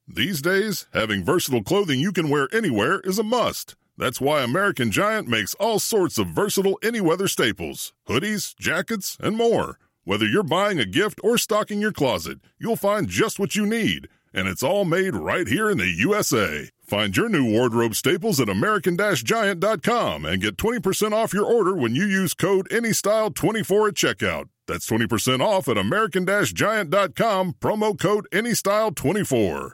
These days, having versatile clothing you can wear anywhere is a must. That's why American Giant makes all sorts of versatile any-weather staples, hoodies, jackets, and more. Whether you're buying a gift or stocking your closet, you'll find just what you need. And it's all made right here in the USA. Find your new wardrobe staples at American-Giant.com and get 20% off your order when you use code ANYSTYLE24 at checkout. That's 20% off at American-Giant.com, promo code ANYSTYLE24.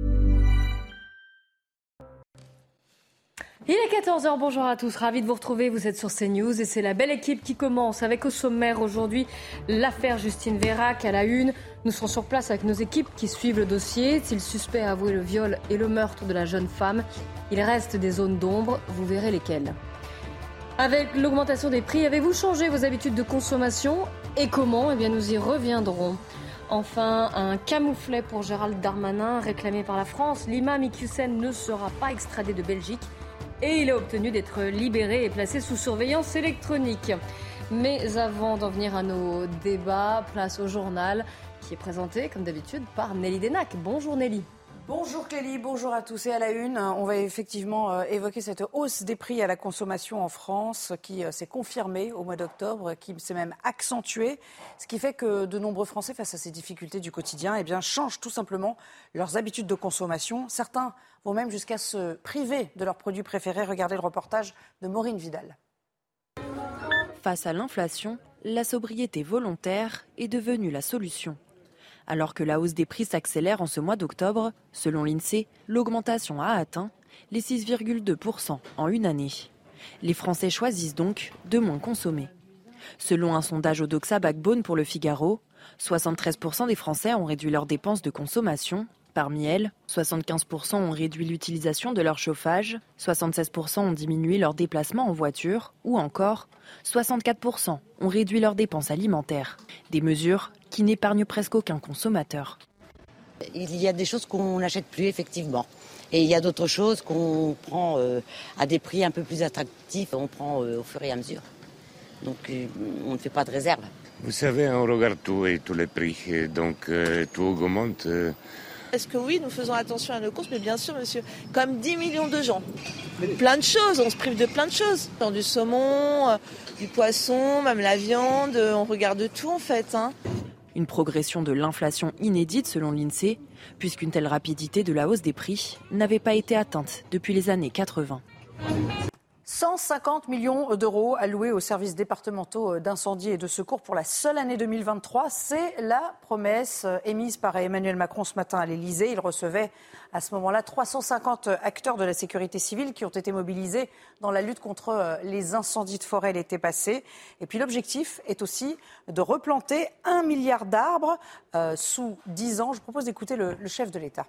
Il est 14h, bonjour à tous, ravi de vous retrouver, vous êtes sur CNews et c'est la belle équipe qui commence avec au sommaire aujourd'hui l'affaire Justine Vérac à la une. Nous serons sur place avec nos équipes qui suivent le dossier. Si le suspect a avoué le viol et le meurtre de la jeune femme, il reste des zones d'ombre, vous verrez lesquelles. Avec l'augmentation des prix, avez-vous changé vos habitudes de consommation et comment ? Eh bien, nous y reviendrons. Enfin, un camouflet pour Gérald Darmanin réclamé par la France. L'imam Iqiyoussen ne sera pas extradé de Belgique. Et il a obtenu d'être libéré et placé sous surveillance électronique. Mais avant d'en venir à nos débats, place au journal qui est présenté, comme d'habitude, par Nelly Denac. Bonjour Nelly. Bonjour Clélie, bonjour à tous. Et à la une, on va effectivement évoquer cette hausse des prix à la consommation en France qui s'est confirmée au mois d'octobre, qui s'est même accentuée. Ce qui fait que de nombreux Français, face à ces difficultés du quotidien, eh bien, changent tout simplement leurs habitudes de consommation. Certains vont même jusqu'à se priver de leurs produits préférés. Regardez le reportage de Maureen Vidal. Face à l'inflation, la sobriété volontaire est devenue la solution. Alors que la hausse des prix s'accélère en ce mois d'octobre, selon l'INSEE, l'augmentation a atteint les 6,2% en une année. Les Français choisissent donc de moins consommer. Selon un sondage Odoxa Backbone pour Le Figaro, 73% des Français ont réduit leurs dépenses de consommation. Parmi elles, 75% ont réduit l'utilisation de leur chauffage, 76% ont diminué leurs déplacements en voiture ou encore 64% ont réduit leurs dépenses alimentaires. Des mesures qui n'épargnent presque aucun consommateur. Il y a des choses qu'on n'achète plus effectivement. Et il y a d'autres choses qu'on prend à des prix un peu plus attractifs. On prend au fur et à mesure. Donc on ne fait pas de réserve. Vous savez, on regarde tout et tous les prix. Et donc tout augmente. Est-ce que oui, nous faisons attention à nos courses ? Mais bien sûr, monsieur. Comme 10 millions de gens. Plein de choses, on se prive de plein de choses. Du saumon, du poisson, même la viande, on regarde tout en fait. Une progression de l'inflation inédite selon l'INSEE, puisqu'une telle rapidité de la hausse des prix n'avait pas été atteinte depuis les années 80. 150 millions d'euros alloués aux services départementaux d'incendie et de secours pour la seule année 2023. C'est la promesse émise par Emmanuel Macron ce matin à l'Elysée. Il recevait à ce moment-là 350 acteurs de la sécurité civile qui ont été mobilisés dans la lutte contre les incendies de forêt l'été passé. Et puis l'objectif est aussi de replanter 1 milliard d'arbres sous 10 ans. Je propose d'écouter le chef de l'État.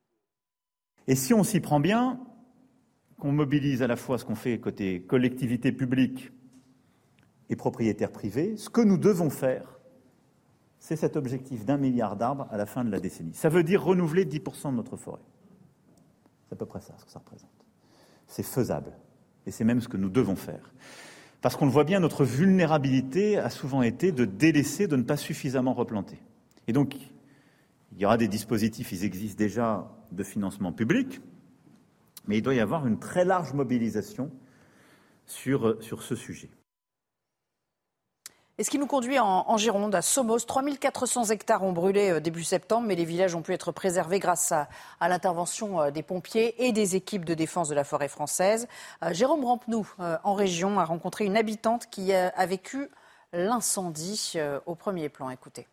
Et si on s'y prend bien, qu'on mobilise à la fois ce qu'on fait côté collectivité publique et propriétaires privés, ce que nous devons faire, c'est cet objectif d'1 milliard d'arbres à la fin de la décennie. Ça veut dire renouveler 10% de notre forêt. C'est à peu près ça, ce que ça représente. C'est faisable. Et c'est même ce que nous devons faire. Parce qu'on le voit bien, notre vulnérabilité a souvent été de délaisser, de ne pas suffisamment replanter. Et donc, il y aura des dispositifs, ils existent déjà, de financement public, mais il doit y avoir une très large mobilisation sur ce sujet. Et ce qui nous conduit en Gironde, à Somos, 3400 hectares ont brûlé début septembre, mais les villages ont pu être préservés grâce à l'intervention des pompiers et des équipes de défense de la forêt française. Jérôme Rampenou, en région, a rencontré une habitante qui a vécu l'incendie au premier plan. Écoutez.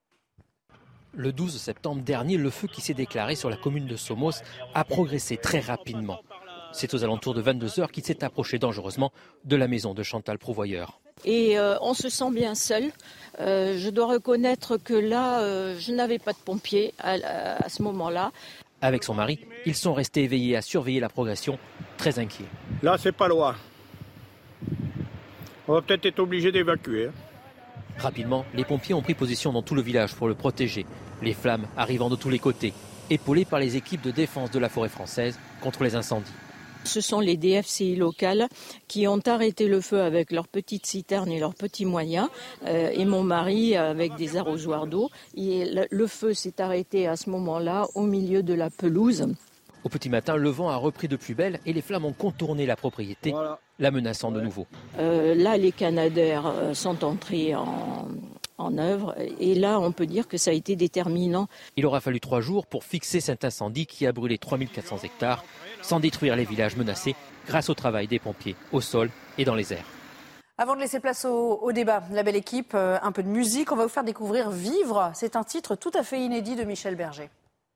Le 12 septembre dernier, le feu qui s'est déclaré sur la commune de Somos a progressé très rapidement. C'est aux alentours de 22h qu'il s'est approché dangereusement de la maison de Chantal Prouvoyeur. Et on se sent bien seul. Je dois reconnaître que là, je n'avais pas de pompiers à ce moment-là. Avec son mari, ils sont restés éveillés à surveiller la progression, très inquiets. Là, c'est pas loin. On va peut-être être obligé d'évacuer. Rapidement, les pompiers ont pris position dans tout le village pour le protéger. Les flammes arrivant de tous les côtés, épaulées par les équipes de défense de la forêt française contre les incendies. Ce sont les DFCI locales qui ont arrêté le feu avec leurs petites citernes et leurs petits moyens, et mon mari avec des arrosoirs d'eau. Et le feu s'est arrêté à ce moment-là au milieu de la pelouse. Au petit matin, le vent a repris de plus belle et les flammes ont contourné la propriété, la menaçant de nouveau. Là, les Canadaires sont entrés en œuvre et là, on peut dire que ça a été déterminant. Il aura fallu 3 jours pour fixer cet incendie qui a brûlé 3400 hectares, sans détruire les villages menacés grâce au travail des pompiers au sol et dans les airs. Avant de laisser place au débat, la belle équipe, un peu de musique. On va vous faire découvrir Vivre. C'est un titre tout à fait inédit de Michel Berger.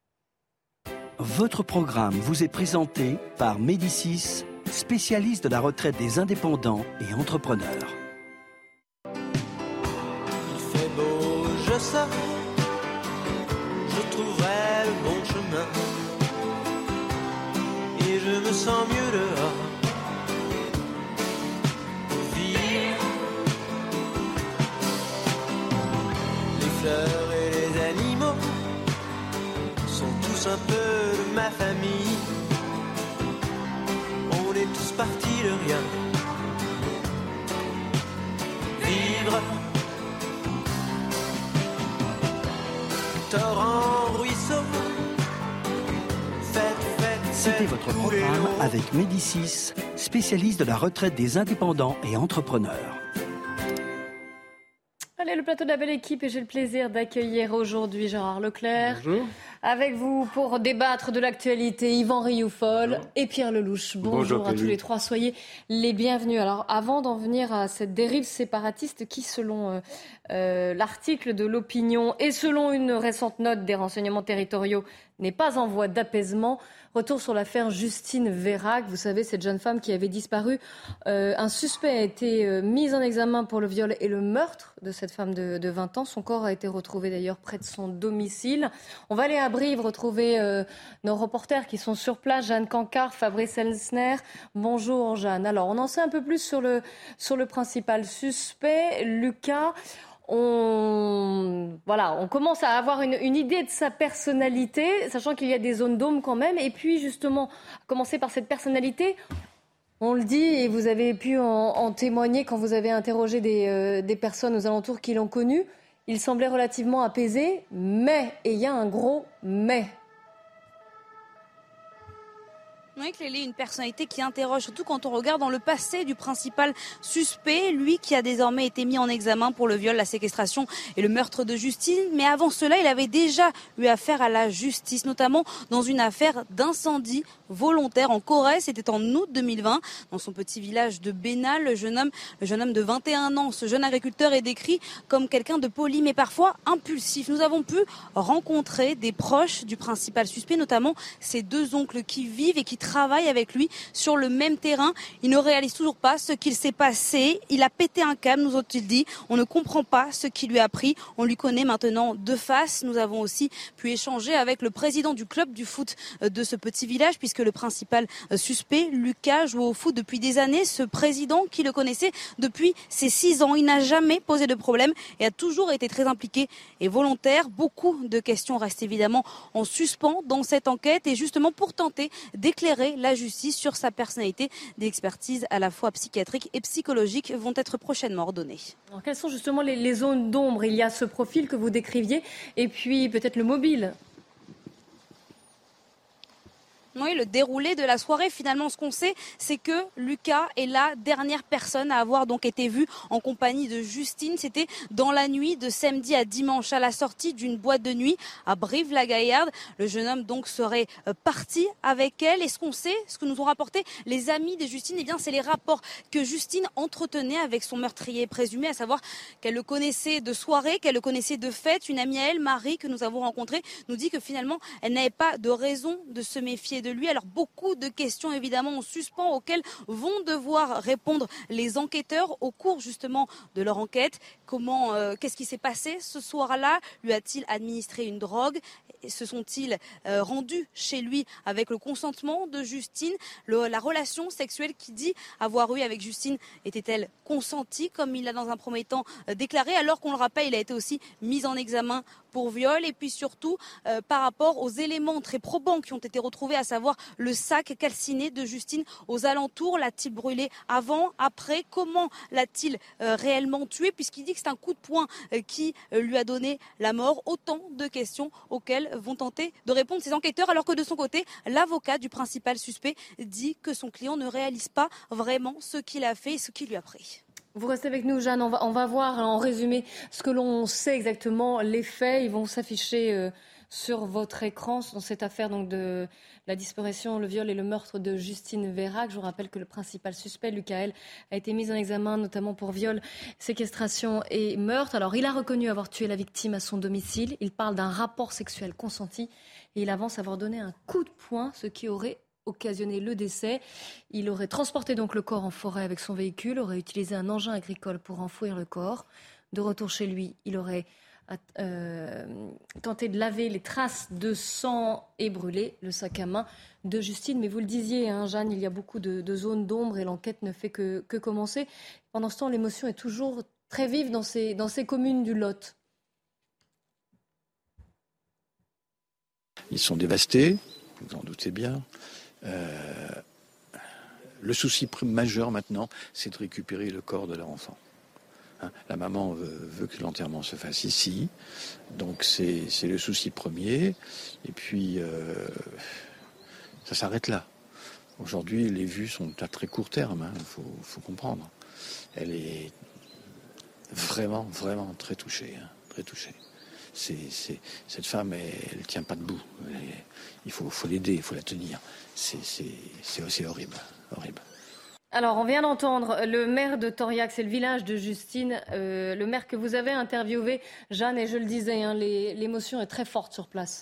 Votre programme vous est présenté par Médicis, spécialiste de la retraite des indépendants et entrepreneurs. Il fait beau, je sais, je trouverai le bon chemin et je me sens mieux dehors. Vivre, les fleurs et les animaux sont tous un peu de ma famille. On est tous partis de rien. Vivre, torrent, ruisseau, C'était votre programme avec Médicis, spécialiste de la retraite des indépendants et entrepreneurs. Allez, le plateau de la belle équipe et j'ai le plaisir d'accueillir aujourd'hui Gérard Leclerc. Bonjour. Avec vous pour débattre de l'actualité, Yvan Rioufol et Pierre Lelouch. Bonjour à tous les trois, soyez les bienvenus. Alors avant d'en venir à cette dérive séparatiste qui, selon l'article de l'Opinion et selon une récente note des renseignements territoriaux, n'est pas en voie d'apaisement, retour sur l'affaire Justine Vérac. Vous savez, cette jeune femme qui avait disparu. Un suspect a été mis en examen pour le viol et le meurtre de cette femme de 20 ans. Son corps a été retrouvé d'ailleurs près de son domicile. On va aller à Brive retrouver nos reporters qui sont sur place. Jeanne Cancard, Fabrice Elsner. Bonjour Jeanne. Alors, on en sait un peu plus sur le principal suspect, Lucas. On commence à avoir une idée de sa personnalité, sachant qu'il y a des zones d'ombre quand même. Et puis justement, commencer par cette personnalité, on le dit, et vous avez pu en témoigner quand vous avez interrogé des personnes aux alentours qui l'ont connu. Il semblait relativement apaisé, mais, et il y a un gros mais. Oui, Clélé, une personnalité qui interroge, surtout quand on regarde dans le passé du principal suspect, lui qui a désormais été mis en examen pour le viol, la séquestration et le meurtre de Justine. Mais avant cela, il avait déjà eu affaire à la justice, notamment dans une affaire d'incendie volontaire en Corrèze. C'était en août 2020, dans son petit village de Bénal. Le jeune homme de 21 ans, ce jeune agriculteur est décrit comme quelqu'un de poli, mais parfois impulsif. Nous avons pu rencontrer des proches du principal suspect, notamment ses 2 oncles qui vivent et qui travaille avec lui sur le même terrain. Il ne réalise toujours pas ce qu'il s'est passé. Il a pété un câble, nous ont-ils dit. On ne comprend pas ce qui lui a pris. On lui connaît maintenant de face. Nous avons aussi pu échanger avec le président du club du foot de ce petit village, puisque le principal suspect, Lucas, joue au foot depuis des années. Ce président qui le connaissait depuis ses 6 ans. Il n'a jamais posé de problème et a toujours été très impliqué et volontaire. Beaucoup de questions restent évidemment en suspens dans cette enquête et justement pour tenter d'éclairer la justice sur sa personnalité. Des expertises à la fois psychiatriques et psychologiques vont être prochainement ordonnées. Alors, quelles sont justement les zones d'ombre ? Il y a ce profil que vous décriviez et puis peut-être le mobile. Oui, le déroulé de la soirée, finalement, ce qu'on sait, c'est que Lucas est la dernière personne à avoir donc été vue en compagnie de Justine. C'était dans la nuit de samedi à dimanche à la sortie d'une boîte de nuit à Brive-la-Gaillarde. Le jeune homme donc serait parti avec elle. Et ce qu'on sait, ce que nous ont rapporté les amis de Justine, eh bien, c'est les rapports que Justine entretenait avec son meurtrier présumé, à savoir qu'elle le connaissait de soirée, qu'elle le connaissait de fête. Une amie à elle, Marie, que nous avons rencontrée, nous dit que finalement, elle n'avait pas de raison de se méfier de lui. Alors beaucoup de questions évidemment en suspens auxquelles vont devoir répondre les enquêteurs au cours justement de leur enquête. Qu'est-ce qui s'est passé ce soir-là? Lui a-t-il administré une drogue? Se sont-ils rendus chez lui avec le consentement de Justine? La relation sexuelle qu'il dit avoir eue avec Justine était-elle consentie comme il l'a dans un premier temps déclaré, alors qu'on le rappelle, il a été aussi mis en examen pour viol. Et puis surtout, par rapport aux éléments très probants qui ont été retrouvés, à savoir le sac calciné de Justine aux alentours. L'a-t-il brûlé avant, après? Comment l'a-t-il réellement tué? Puisqu'il dit que c'est un coup de poing qui lui a donné la mort. Autant de questions auxquelles vont tenter de répondre ces enquêteurs, alors que de son côté, l'avocat du principal suspect dit que son client ne réalise pas vraiment ce qu'il a fait et ce qui lui a pris. Vous restez avec nous, Jeanne. On va voir en résumé ce que l'on sait exactement, les faits. Ils vont s'afficher sur votre écran dans cette affaire donc, de la disparition, le viol et le meurtre de Justine Vérac. Je vous rappelle que le principal suspect, Lucael, a été mis en examen notamment pour viol, séquestration et meurtre. Alors, il a reconnu avoir tué la victime à son domicile. Il parle d'un rapport sexuel consenti et il avance avoir donné un coup de poing, ce qui aurait occasionné le décès. Il aurait transporté donc le corps en forêt avec son véhicule, aurait utilisé un engin agricole pour enfouir le corps. De retour chez lui, il aurait tenté de laver les traces de sang et brûler le sac à main de Justine. Mais vous le disiez, Jeanne, il y a beaucoup de zones d'ombre et l'enquête ne fait que commencer. Pendant ce temps, l'émotion est toujours très vive dans ces communes du Lot. Ils sont dévastés, vous en doutez bien. Le souci majeur maintenant, c'est de récupérer le corps de leur enfant. La maman veut que l'enterrement se fasse ici, donc c'est le souci premier. Et puis, ça s'arrête là. Aujourd'hui, les vues sont à très court terme, faut comprendre. Elle est vraiment, vraiment très touchée, très touchée. Cette femme, elle tient pas debout. Il faut l'aider, il faut la tenir. C'est horrible, horrible. Alors, on vient d'entendre le maire de Tauriac, c'est le village de Justine, le maire que vous avez interviewé, Jeanne, et je le disais, l'émotion est très forte sur place.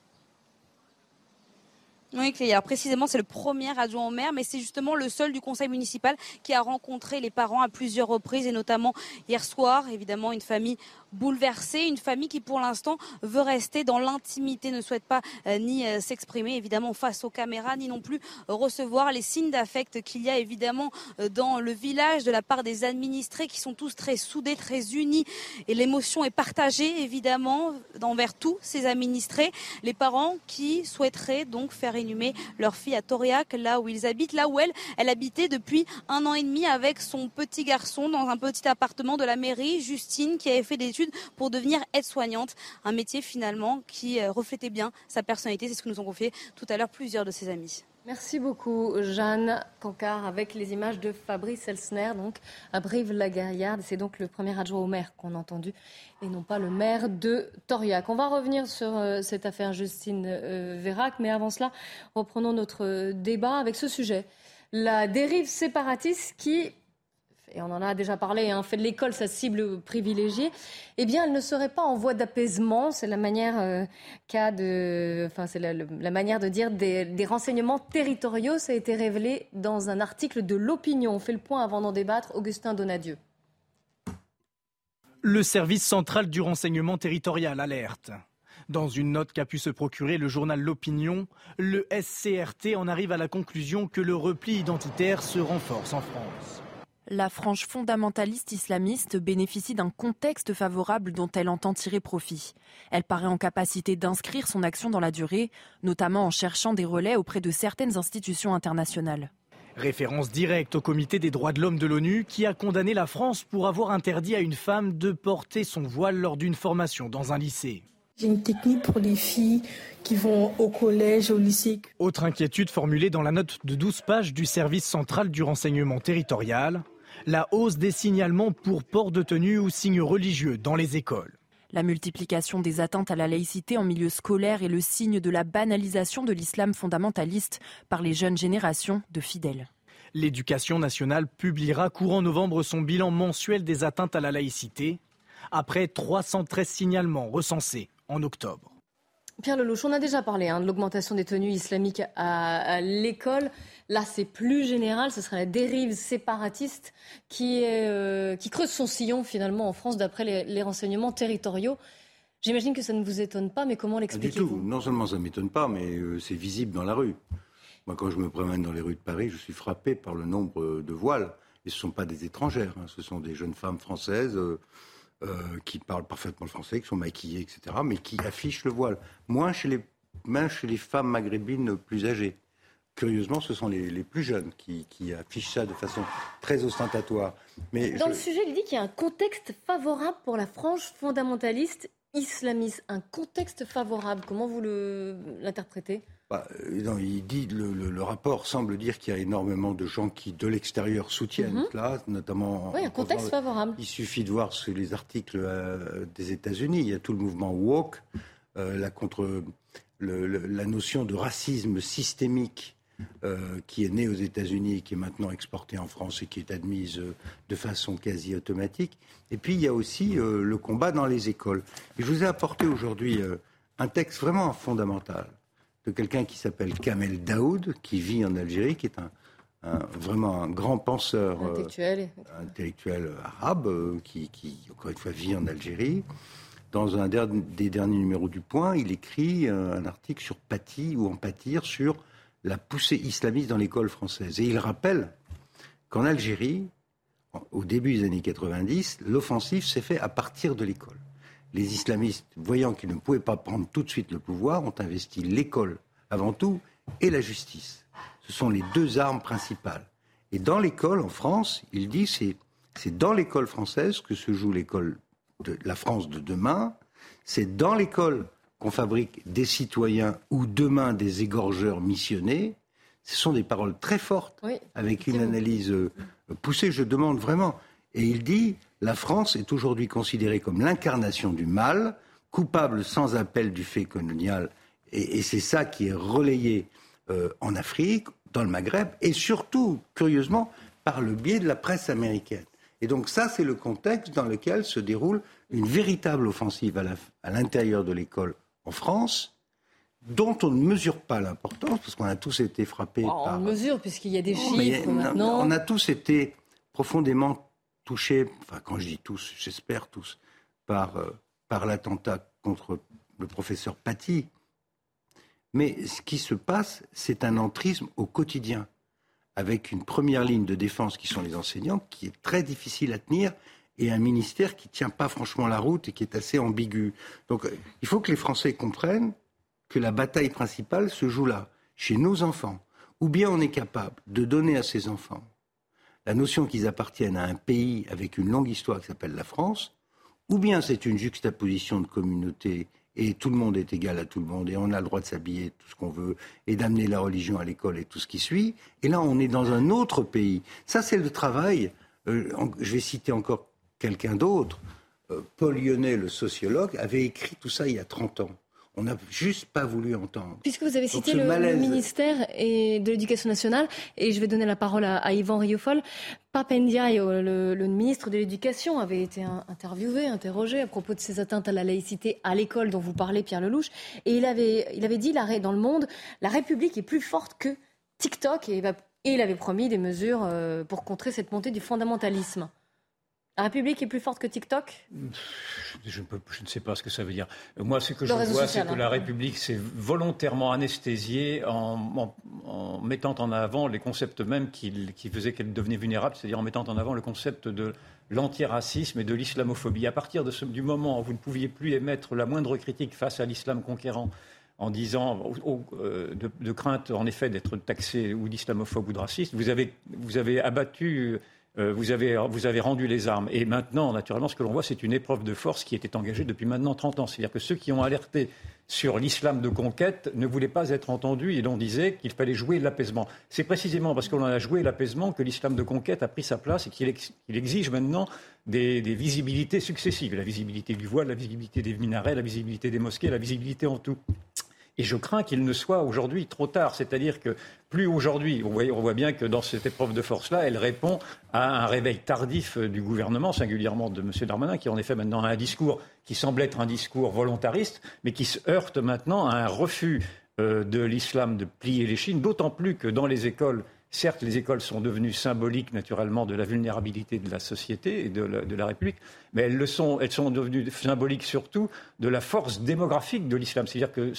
Oui, Cléa. Alors précisément, c'est le premier adjoint au maire, mais c'est justement le seul du conseil municipal qui a rencontré les parents à plusieurs reprises, et notamment hier soir. Évidemment, une famille bouleversée, une famille qui pour l'instant veut rester dans l'intimité, ne souhaite pas ni s'exprimer évidemment face aux caméras, ni non plus recevoir les signes d'affect qu'il y a évidemment dans le village de la part des administrés qui sont tous très soudés, très unis, et l'émotion est partagée évidemment envers tous ces administrés. Les parents qui souhaiteraient donc faire inhumer leur fille à Tauriac, là où ils habitent, là où elle habitait depuis 1 an et demi avec son petit garçon dans un petit appartement de la mairie. Justine qui avait fait des études pour devenir aide-soignante, un métier finalement qui reflétait bien sa personnalité, c'est ce que nous ont confié tout à l'heure plusieurs de ses amis. Merci beaucoup Jeanne Cancard avec les images de Fabrice Elsner donc à Brive-la-Gaillarde. C'est donc le premier adjoint au maire qu'on a entendu et non pas le maire de Tauriac. On va revenir sur cette affaire Justine Vérac, mais avant cela, reprenons notre débat avec ce sujet. La dérive séparatiste qui, et on en a déjà parlé, fait de l'école sa cible privilégiée, eh bien, elle ne serait pas en voie d'apaisement. C'est la manière la manière de dire des renseignements territoriaux. Ça a été révélé dans un article de l'Opinion. On fait le point avant d'en débattre. Augustin Donadieu. Le service central du renseignement territorial alerte. Dans une note qu'a pu se procurer le journal L'Opinion, le SCRT en arrive à la conclusion que le repli identitaire se renforce en France. La frange fondamentaliste islamiste bénéficie d'un contexte favorable dont elle entend tirer profit. Elle paraît en capacité d'inscrire son action dans la durée, notamment en cherchant des relais auprès de certaines institutions internationales. Référence directe au Comité des droits de l'homme de l'ONU qui a condamné la France pour avoir interdit à une femme de porter son voile lors d'une formation dans un lycée. J'ai une technique pour les filles qui vont au collège, au lycée. Autre inquiétude formulée dans la note de 12 pages du service central du renseignement territorial. La hausse des signalements pour port de tenue ou signes religieux dans les écoles. La multiplication des atteintes à la laïcité en milieu scolaire est le signe de la banalisation de l'islam fondamentaliste par les jeunes générations de fidèles. L'éducation nationale publiera courant novembre son bilan mensuel des atteintes à la laïcité, après 313 signalements recensés en octobre. Pierre Lelouch, on a déjà parlé de l'augmentation des tenues islamiques à l'école. Là, c'est plus général, ce serait la dérive séparatiste qui creuse son sillon finalement en France d'après les renseignements territoriaux. J'imagine que ça ne vous étonne pas, mais comment l'expliquez-vous ? Pas du tout. Non seulement ça ne m'étonne pas, mais c'est visible dans la rue. Moi, quand je me promène dans les rues de Paris, je suis frappé par le nombre de voiles. Et ce ne sont pas des étrangères, ce sont des jeunes femmes françaises qui parlent parfaitement le français, qui sont maquillées, etc., mais qui affichent le voile. Moins chez les femmes maghrébines plus âgées. Curieusement, ce sont les plus jeunes qui affichent ça de façon très ostentatoire. Mais le sujet, il dit qu'il y a un contexte favorable pour la frange fondamentaliste islamiste. Un contexte favorable, comment vous l'interprétez ? Non, il dit, le rapport semble dire qu'il y a énormément de gens qui, de l'extérieur, soutiennent cela, notamment... Oui, un contexte favorable. Il suffit de voir sur les articles des États-Unis. Il y a tout le mouvement woke, contre la notion de racisme systémique qui est née aux États-Unis et qui est maintenant exportée en France et qui est admise de façon quasi automatique. Et puis, il y a aussi le combat dans les écoles. Et je vous ai apporté aujourd'hui un texte vraiment fondamental de quelqu'un qui s'appelle Kamel Daoud, qui vit en Algérie, qui est vraiment un grand penseur intellectuel arabe, qui, encore une fois, vit en Algérie. Dans un des derniers numéros du Point, il écrit un article sur Paty, ou en pâtir, sur la poussée islamiste dans l'école française. Et il rappelle qu'en Algérie, au début des années 90, l'offensive s'est faite à partir de l'école. Les islamistes, voyant qu'ils ne pouvaient pas prendre tout de suite le pouvoir, ont investi l'école avant tout et la justice. Ce sont les deux armes principales. Et dans l'école, en France, il dit c'est dans l'école française que se joue la France de demain. C'est dans l'école qu'on fabrique des citoyens ou demain des égorgeurs missionnés. Ce sont des paroles très fortes, avec une analyse poussée, je demande vraiment. Et il dit, la France est aujourd'hui considérée comme l'incarnation du mal, coupable sans appel du fait colonial. Et c'est ça qui est relayé en Afrique, dans le Maghreb, et surtout, curieusement, par le biais de la presse américaine. Et donc ça, c'est le contexte dans lequel se déroule une véritable offensive à l'intérieur de l'école en France, dont on ne mesure pas l'importance, parce qu'on a tous été frappés par... On mesure, puisqu'il y a des chiffres maintenant. On a tous été profondément touchés, enfin quand je dis tous, j'espère tous, par l'attentat contre le professeur Paty. Mais ce qui se passe, c'est un entrisme au quotidien, avec une première ligne de défense qui sont les enseignants, qui est très difficile à tenir, et un ministère qui ne tient pas franchement la route et qui est assez ambigu. Donc il faut que les Français comprennent que la bataille principale se joue là, chez nos enfants. Ou bien on est capable de donner à ces enfants la notion qu'ils appartiennent à un pays avec une longue histoire qui s'appelle la France, ou bien c'est une juxtaposition de communautés et tout le monde est égal à tout le monde et on a le droit de s'habiller tout ce qu'on veut et d'amener la religion à l'école et tout ce qui suit. Et là, on est dans un autre pays. Ça, c'est le travail. Je vais citer encore quelqu'un d'autre. Paul Lyonnais, le sociologue, avait écrit tout ça il y a 30 ans. On n'a juste pas voulu entendre. Puisque vous avez cité le ministère de l'Éducation nationale, et je vais donner la parole à Yvan Rieufol, Pape Ndiaye, le ministre de l'Éducation, avait été interrogé à propos de ces atteintes à la laïcité à l'école dont vous parlez, Pierre Lelouch, et il avait dit dans Le Monde, la République est plus forte que TikTok, et il avait promis des mesures pour contrer cette montée du fondamentalisme. La République est plus forte que TikTok ? Je ne sais pas ce que ça veut dire. Moi, ce que je vois, c'est que la République s'est volontairement anesthésiée en mettant en avant les concepts mêmes qui faisaient qu'elle devenait vulnérable, c'est-à-dire en mettant en avant le concept de l'antiracisme et de l'islamophobie. À partir du moment où vous ne pouviez plus émettre la moindre critique face à l'islam conquérant, en disant, de crainte en effet d'être taxé ou d'islamophobe ou de raciste, vous avez abattu... Vous avez rendu les armes. Et maintenant, naturellement, ce que l'on voit, c'est une épreuve de force qui était engagée depuis maintenant 30 ans. C'est-à-dire que ceux qui ont alerté sur l'islam de conquête ne voulaient pas être entendus et l'on disait qu'il fallait jouer l'apaisement. C'est précisément parce que l'on a joué l'apaisement que l'islam de conquête a pris sa place et qu'il exige maintenant des visibilités successives. La visibilité du voile, la visibilité des minarets, la visibilité des mosquées, la visibilité en tout. Et je crains qu'il ne soit aujourd'hui trop tard. C'est-à-dire que plus aujourd'hui, on voit bien que dans cette épreuve de force-là, elle répond à un réveil tardif du gouvernement, singulièrement de M. Darmanin, qui en effet maintenant a un discours qui semble être un discours volontariste, mais qui se heurte maintenant à un refus de l'islam de plier les chines, d'autant plus que dans les écoles, certes, les écoles sont devenues symboliques, naturellement, de la vulnérabilité de la société et de la République, mais elles sont devenues symboliques surtout de la force démographique de l'islam. C'est-à-dire que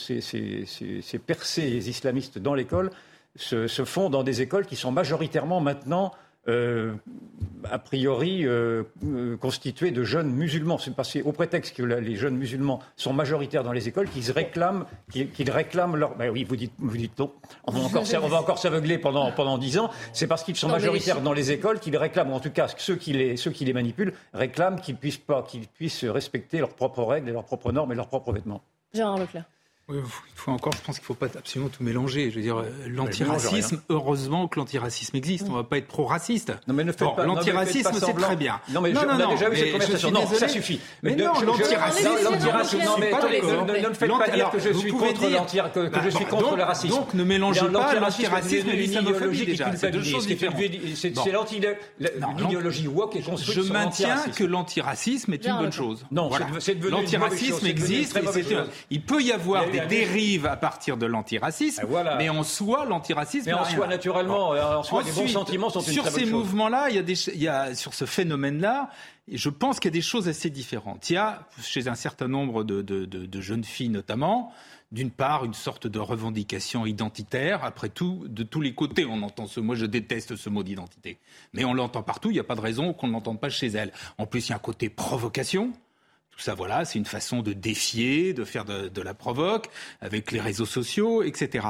ces percées islamistes dans l'école se font dans des écoles qui sont majoritairement maintenant a priori constituée de jeunes musulmans. C'est parce qu'au prétexte que les jeunes musulmans sont majoritaires dans les écoles qu'ils réclament leur... Ben oui, vous dites non. On va encore s'aveugler pendant 10 ans. C'est parce qu'ils sont majoritaires dans les écoles qu'ils réclament, ou en tout cas ceux qui les manipulent, réclament qu'ils puissent respecter leurs propres règles et leurs propres normes et leurs propres vêtements. Gérard Leclerc. Oui, je pense qu'il ne faut pas absolument tout mélanger. Je veux dire, l'antiracisme, heureusement que l'antiracisme existe. On ne va pas être pro-raciste. Non, mais ne faites pas. L'antiracisme, c'est très bien. Non, mais on a déjà eu cette conversation. Non, ça suffit. Mais non, l'antiracisme, non, mais ne me faites pas dire que je suis contre le racisme. Donc, ne mélangez pas l'antiracisme et l'islamophobie, déjà. C'est deux choses différentes. C'est l'idéologie woke est construite sur l'antiracisme. Je maintiens que l'antiracisme est une bonne chose. Non, c'est devenu une mauvaise chose. L'antiracisme existe. Il peut y avoir des dérives à partir de l'antiracisme, mais en soi, l'antiracisme... Mais en soi, naturellement, les bons sentiments sont une très bonne chose. Sur ces mouvements-là, sur ce phénomène-là, je pense qu'il y a des choses assez différentes. Il y a, chez un certain nombre de jeunes filles notamment, d'une part, une sorte de revendication identitaire. Après tout, de tous les côtés, on entend moi je déteste ce mot d'identité. Mais on l'entend partout, il n'y a pas de raison qu'on ne l'entende pas chez elles. En plus, il y a un côté provocation. Ça, voilà, c'est une façon de défier, de faire de la provoque, avec les réseaux sociaux, etc.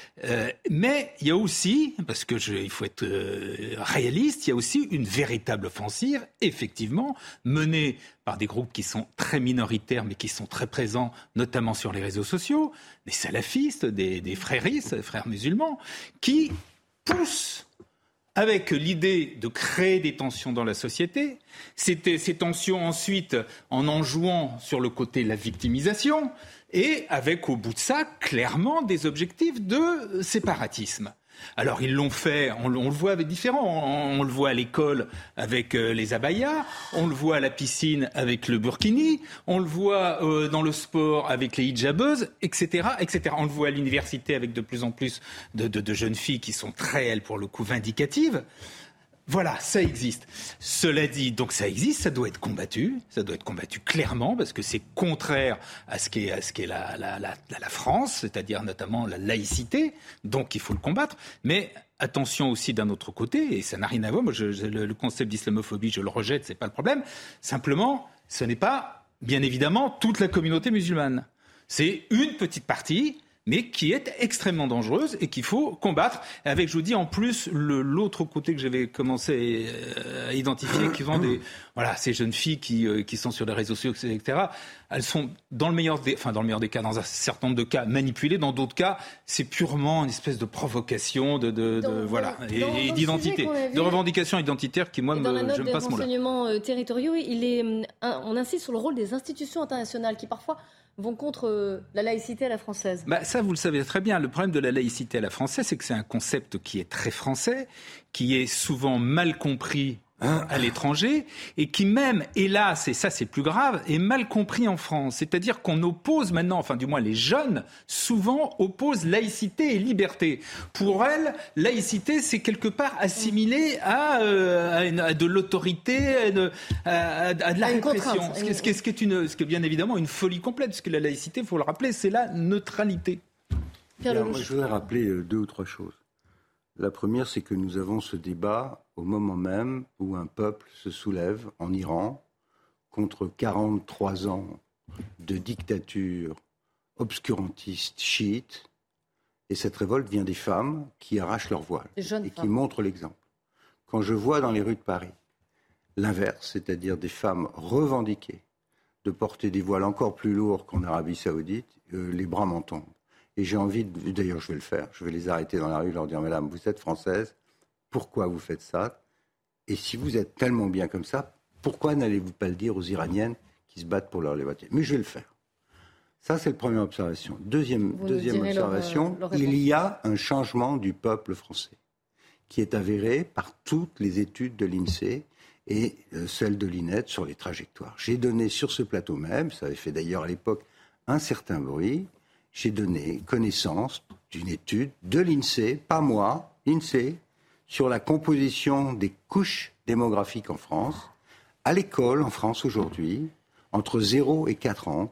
Mais il y a aussi, parce que il faut être réaliste, il y a aussi une véritable offensive, effectivement, menée par des groupes qui sont très minoritaires, mais qui sont très présents, notamment sur les réseaux sociaux, des salafistes, des fréristes, des frères musulmans, qui poussent avec l'idée de créer des tensions dans la société, ces tensions ensuite en jouant sur le côté de la victimisation, et avec au bout de ça, clairement, des objectifs de séparatisme. Alors ils l'ont fait, on le voit avec différents, on le voit à l'école avec les abayas, on le voit à la piscine avec le burkini, on le voit dans le sport avec les hijabeuses, etc., etc. On le voit à l'université avec de plus en plus de jeunes filles qui sont très, elles, pour le coup, vindicatives. Voilà, ça existe. Cela dit, donc ça existe, ça doit être combattu clairement, parce que c'est contraire à ce qu'est la France, c'est-à-dire notamment la laïcité, donc il faut le combattre, mais attention aussi d'un autre côté, et ça n'a rien à voir, moi le concept d'islamophobie, je le rejette, c'est pas le problème, simplement, ce n'est pas, bien évidemment, toute la communauté musulmane. C'est une petite partie, mais qui est extrêmement dangereuse et qu'il faut combattre. Avec, je vous dis, en plus, l'autre côté que j'avais commencé à identifier, qui vend ces jeunes filles qui sont sur les réseaux sociaux, etc. Elles sont, dans le meilleur des cas, dans un certain nombre de cas, manipulées. Dans d'autres cas, c'est purement une espèce de provocation, d'identité, de revendication identitaire qui, moi, je me passe mon là. Dans la note des renseignements territoriaux, on insiste sur le rôle des institutions internationales qui, parfois, vont contre la laïcité à la française. Ça, vous le savez très bien. Le problème de la laïcité à la française, c'est que c'est un concept qui est très français, qui est souvent mal compris à l'étranger et qui même, hélas, et ça c'est plus grave, est mal compris en France. C'est-à-dire qu'on oppose maintenant, enfin du moins les jeunes, souvent opposent laïcité et liberté. Pour elles, laïcité c'est quelque part assimilé à de l'autorité, à de la répression. Ce qui est bien évidemment une folie complète, parce que la laïcité, il faut le rappeler, c'est la neutralité. Moi, je voudrais rappeler 2 ou 3 choses. La première, c'est que nous avons ce débat au moment même où un peuple se soulève en Iran contre 43 ans de dictature obscurantiste chiite. Et cette révolte vient des femmes qui arrachent leur voile et qui montrent l'exemple. Quand je vois dans les rues de Paris l'inverse, c'est-à-dire des femmes revendiquées de porter des voiles encore plus lourds qu'en Arabie Saoudite, les bras m'en tombent. Et j'ai envie, d'ailleurs je vais le faire, je vais les arrêter dans la rue et leur dire « Madame, vous êtes française, pourquoi vous faites ça ? Et si vous êtes tellement bien comme ça, pourquoi n'allez-vous pas le dire aux Iraniennes qui se battent pour leur liberté ?» Mais je vais le faire. Ça, c'est la première observation. Deuxième observation, il y a un changement du peuple français qui est avéré par toutes les études de l'INSEE et celles de l'INED sur les trajectoires. J'ai donné sur ce plateau même, ça avait fait d'ailleurs à l'époque un certain bruit, j'ai donné connaissance d'une étude de l'INSEE, pas moi, l'INSEE, sur la composition des couches démographiques en France. À l'école, en France aujourd'hui, entre 0 et 4 ans,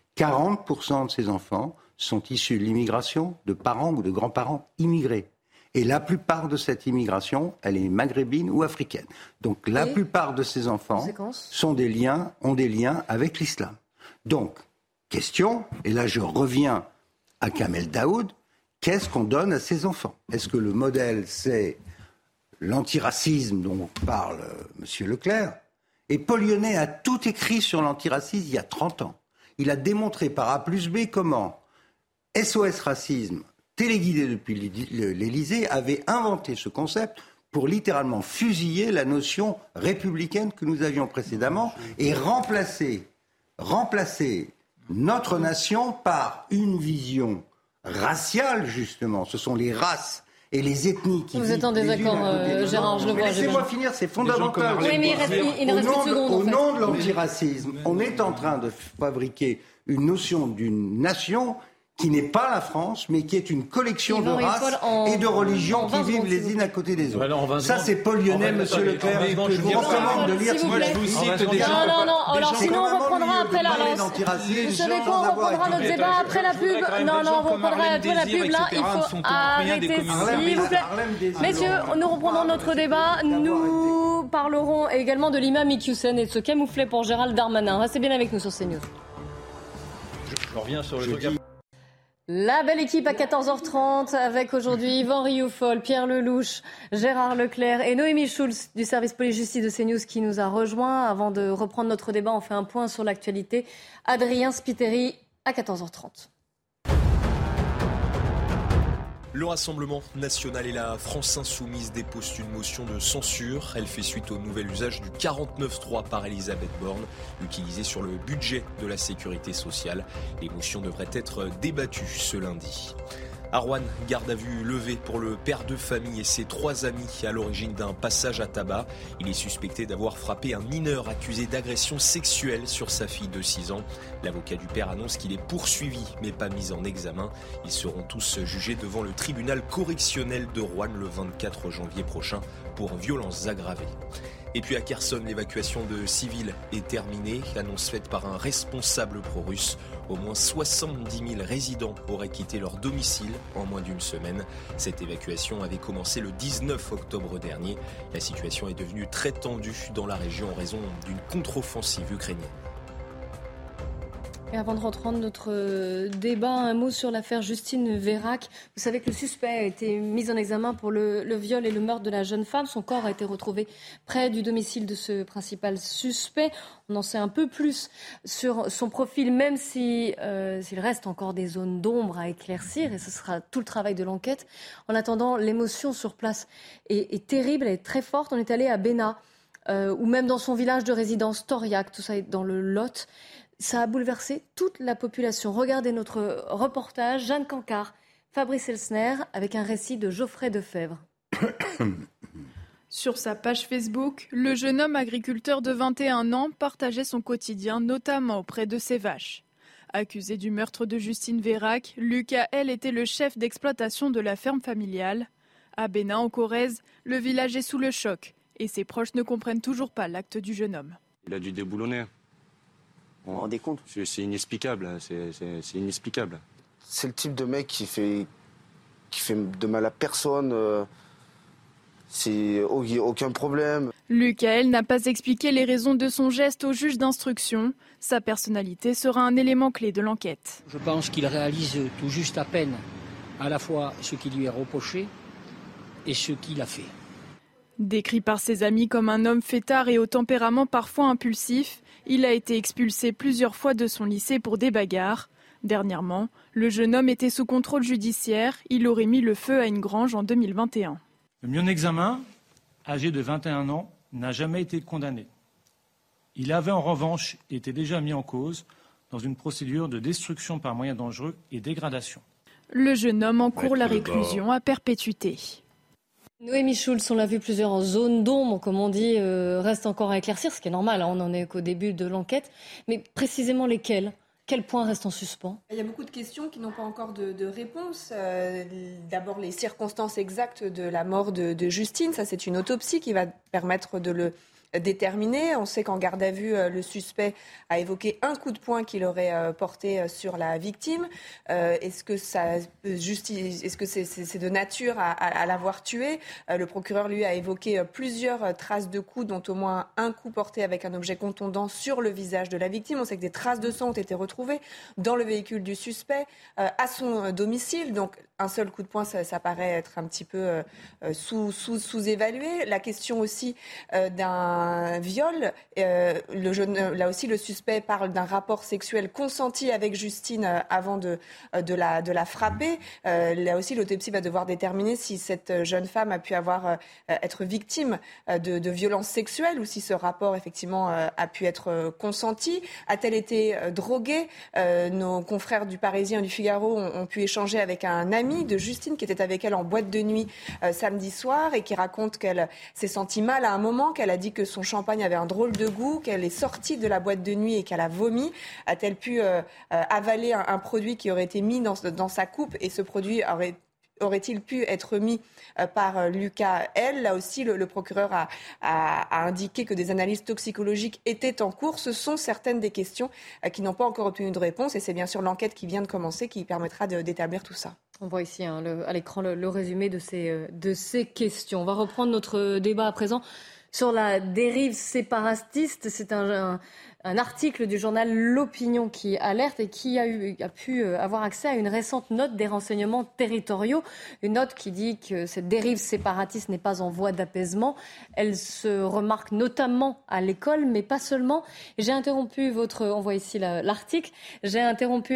40% de ces enfants sont issus de l'immigration, de parents ou de grands-parents immigrés. Et la plupart de cette immigration, elle est maghrébine ou africaine. Donc la plupart de ces enfants ont des liens avec l'islam. Donc, question, et là je reviens à Kamel Daoud, qu'est-ce qu'on donne à ces enfants ? Est-ce que le modèle, c'est l'antiracisme dont parle M. Leclerc ? Et Paul Lyonnais a tout écrit sur l'antiracisme il y a 30 ans. Il a démontré par A plus B comment SOS Racisme, téléguidé depuis l'Élysée, avait inventé ce concept pour littéralement fusiller la notion républicaine que nous avions précédemment et remplacer notre nation par une vision raciale, justement. Ce sont les races et les ethnies qui... Vous êtes en désaccord, Gérard, je le vois. Laissez-moi finir, c'est fondamental. Oui, mais il reste une seconde. Au nom de l'antiracisme, on est en train de fabriquer une notion d'une nation qui n'est pas la France, mais qui est une collection de races et de religions qui vivent les unes à côté des autres. Ça, c'est Paul Lyonnais, Monsieur Leclerc. Je vous recommande de lire ce livre. Non, alors sinon on reprendra après la lance. Vous savez quoi, on reprendra notre débat après la pub. Non, on reprendra après la pub. Là, il faut arrêter, s'il vous plaît. Messieurs, nous reprendrons notre débat. Nous parlerons également de l'imam Iqiyoussen et de ce camouflet pour Gérald Darmanin. Restez bien avec nous sur CNews. Je reviens sur le truc. La belle équipe à 14h30 avec aujourd'hui Yvan Rioufol, Pierre Lelouch, Gérard Leclerc et Noémie Schulz du service police-justice de CNews qui nous a rejoints. Avant de reprendre notre débat, on fait un point sur l'actualité. Adrien Spiteri à 14h30. Le Rassemblement national et la France insoumise déposent une motion de censure. Elle fait suite au nouvel usage du 49.3 par Elisabeth Borne, utilisé sur le budget de la sécurité sociale. Les motions devraient être débattues ce lundi. À Rouen, garde à vue levée pour le père de famille et ses 3 amis à l'origine d'un passage à tabac. Il est suspecté d'avoir frappé un mineur accusé d'agression sexuelle sur sa fille de 6 ans. L'avocat du père annonce qu'il est poursuivi mais pas mis en examen. Ils seront tous jugés devant le tribunal correctionnel de Rouen le 24 janvier prochain pour violences aggravées. Et puis à Kherson, l'évacuation de civils est terminée. Annonce faite par un responsable pro-russe. Au moins 70 000 résidents auraient quitté leur domicile en moins d'une semaine. Cette évacuation avait commencé le 19 octobre dernier. La situation est devenue très tendue dans la région en raison d'une contre-offensive ukrainienne. Et avant de reprendre notre débat, un mot sur l'affaire Justine Vérac. Vous savez que le suspect a été mis en examen pour le viol et le meurtre de la jeune femme. Son corps a été retrouvé près du domicile de ce principal suspect. On en sait un peu plus sur son profil, même s'il reste encore des zones d'ombre à éclaircir. Et ce sera tout le travail de l'enquête. En attendant, l'émotion sur place est terrible, elle est très forte. On est allé à Béna, ou même dans son village de résidence, Toriac, tout ça est dans le Lot. Ça a bouleversé toute la population. Regardez notre reportage, Jeanne Cancard, Fabrice Elsner, avec un récit de Geoffrey Defebvre. Sur sa page Facebook, le jeune homme agriculteur de 21 ans partageait son quotidien, notamment auprès de ses vaches. Accusé du meurtre de Justine Vérac, Lucas L. était le chef d'exploitation de la ferme familiale. À Bénin, en Corrèze, le village est sous le choc et ses proches ne comprennent toujours pas l'acte du jeune homme. Il a dû déboulonner. Vous vous rendez compte ? C'est inexplicable, c'est inexplicable. C'est le type de mec qui fait de mal à personne, c'est aucun problème. Lucas L. n'a pas expliqué les raisons de son geste au juge d'instruction. Sa personnalité sera un élément clé de l'enquête. Je pense qu'il réalise tout juste à peine à la fois ce qui lui est reproché et ce qu'il a fait. Décrit par ses amis comme un homme fêtard et au tempérament parfois impulsif, il a été expulsé plusieurs fois de son lycée pour des bagarres. Dernièrement, le jeune homme était sous contrôle judiciaire. Il aurait mis le feu à une grange en 2021. Le mis en examen, âgé de 21 ans, n'a jamais été condamné. Il avait en revanche été déjà mis en cause dans une procédure de destruction par moyens dangereux et dégradation. Le jeune homme encourt la réclusion à perpétuité. Noémie Schulz, on l'a vu, plusieurs zones d'ombre, comme on dit, restent encore à éclaircir, ce qui est normal, on n'en est qu'au début de l'enquête. Mais précisément lesquels ? Quels points restent en suspens ? Il y a beaucoup de questions qui n'ont pas encore de réponse. D'abord, les circonstances exactes de la mort de Justine. Ça, c'est une autopsie qui va permettre de le déterminée. On sait qu'en garde à vue, le suspect a évoqué un coup de poing qu'il aurait porté sur la victime. Est-ce que c'est de nature à l'avoir tué ? Le procureur, lui, a évoqué plusieurs traces de coups, dont au moins un coup porté avec un objet contondant sur le visage de la victime. On sait que des traces de sang ont été retrouvées dans le véhicule du suspect, à son domicile. Donc, un seul coup de poing, ça paraît être un petit peu sous-évalué. La question aussi d'un viol. Là aussi, le suspect parle d'un rapport sexuel consenti avec Justine avant de la frapper. Là aussi, l'autopsie va devoir déterminer si cette jeune femme a pu être victime de violences sexuelles ou si ce rapport, effectivement, a pu être consenti. A-t-elle été droguée ? Nos confrères du Parisien et du Figaro ont pu échanger avec un ami de Justine qui était avec elle en boîte de nuit samedi soir et qui raconte qu'elle s'est sentie mal à un moment, qu'elle a dit que son champagne avait un drôle de goût, qu'elle est sortie de la boîte de nuit et qu'elle a vomi. A-t-elle pu avaler un produit qui aurait été mis dans sa coupe et ce produit aurait-il pu être mis par Lucas L. Là aussi, le procureur a indiqué que des analyses toxicologiques étaient en cours. Ce sont certaines des questions qui n'ont pas encore obtenu de réponse et c'est bien sûr l'enquête qui vient de commencer qui permettra d'établir tout ça. On voit ici à l'écran le résumé de ces questions. On va reprendre notre débat à présent sur la dérive séparatiste. C'est un article du journal L'Opinion qui alerte et qui a pu avoir accès à une récente note des renseignements territoriaux. Une note qui dit que cette dérive séparatiste n'est pas en voie d'apaisement. Elle se remarque notamment à l'école, mais pas seulement. J'ai interrompu on voit ici l'article, j'ai interrompu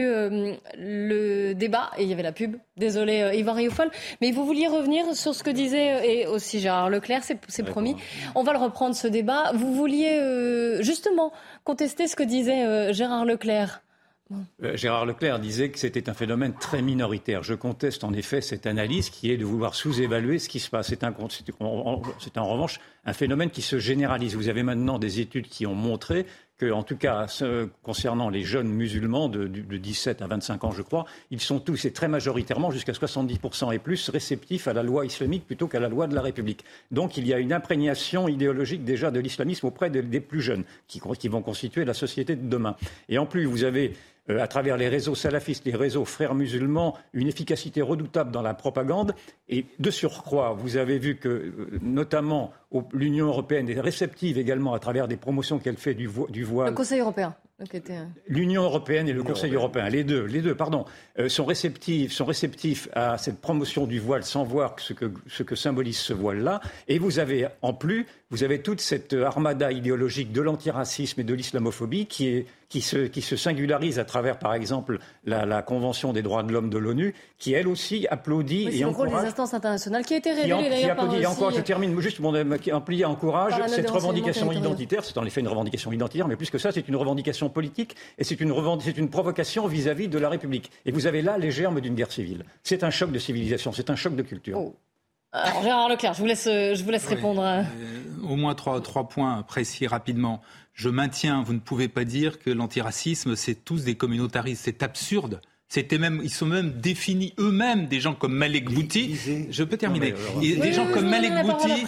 le débat et il y avait la pub. Désolé Yvan Rioufol, mais vous vouliez revenir sur ce que disait, et aussi Gérard Leclerc, c'est promis. On va le reprendre ce débat. Vous vouliez justement contester ce que disait Gérard Leclerc. Gérard Leclerc disait que c'était un phénomène très minoritaire. Je conteste en effet cette analyse qui est de vouloir sous-évaluer ce qui se passe. C'est en revanche un phénomène qui se généralise. Vous avez maintenant des études qui ont montré que, en tout cas, concernant les jeunes musulmans de 17 à 25 ans, je crois, ils sont tous et très majoritairement, jusqu'à 70% et plus, réceptifs à la loi islamique plutôt qu'à la loi de la République. Donc il y a une imprégnation idéologique déjà de l'islamisme auprès des plus jeunes, qui vont constituer la société de demain. Et en plus, vous avez à travers les réseaux salafistes, les réseaux frères musulmans, une efficacité redoutable dans la propagande. Et de surcroît, vous avez vu que, notamment, l'Union européenne est réceptive également à travers des promotions qu'elle fait du voile. Le Conseil européen. L'Union européenne et le Conseil européen, les deux, sont réceptifs à cette promotion du voile sans voir ce que symbolise ce voile-là. Et vous avez toute cette armada idéologique de l'antiracisme et de l'islamophobie qui se singularise à travers, par exemple, la Convention des droits de l'homme de l'ONU, qui elle aussi applaudit et encourage. C'est le rôle des instances internationales qui a été révélé d'ailleurs par aussi. Je termine juste, qui encourage cette revendication identitaire. C'est en effet une revendication identitaire, mais plus que ça, c'est une revendication politique et c'est une provocation vis-à-vis de la République. Et vous avez là les germes d'une guerre civile. C'est un choc de civilisation, c'est un choc de culture. Oh. Alors, Gérard Leclerc, je vous laisse répondre. Au moins trois points précis rapidement. Je maintiens, vous ne pouvez pas dire que l'antiracisme, c'est tous des communautaristes. C'est absurde. Ils sont même définis eux-mêmes, des gens comme Malek Bouti. Je peux terminer. Des gens comme Malek Bouti,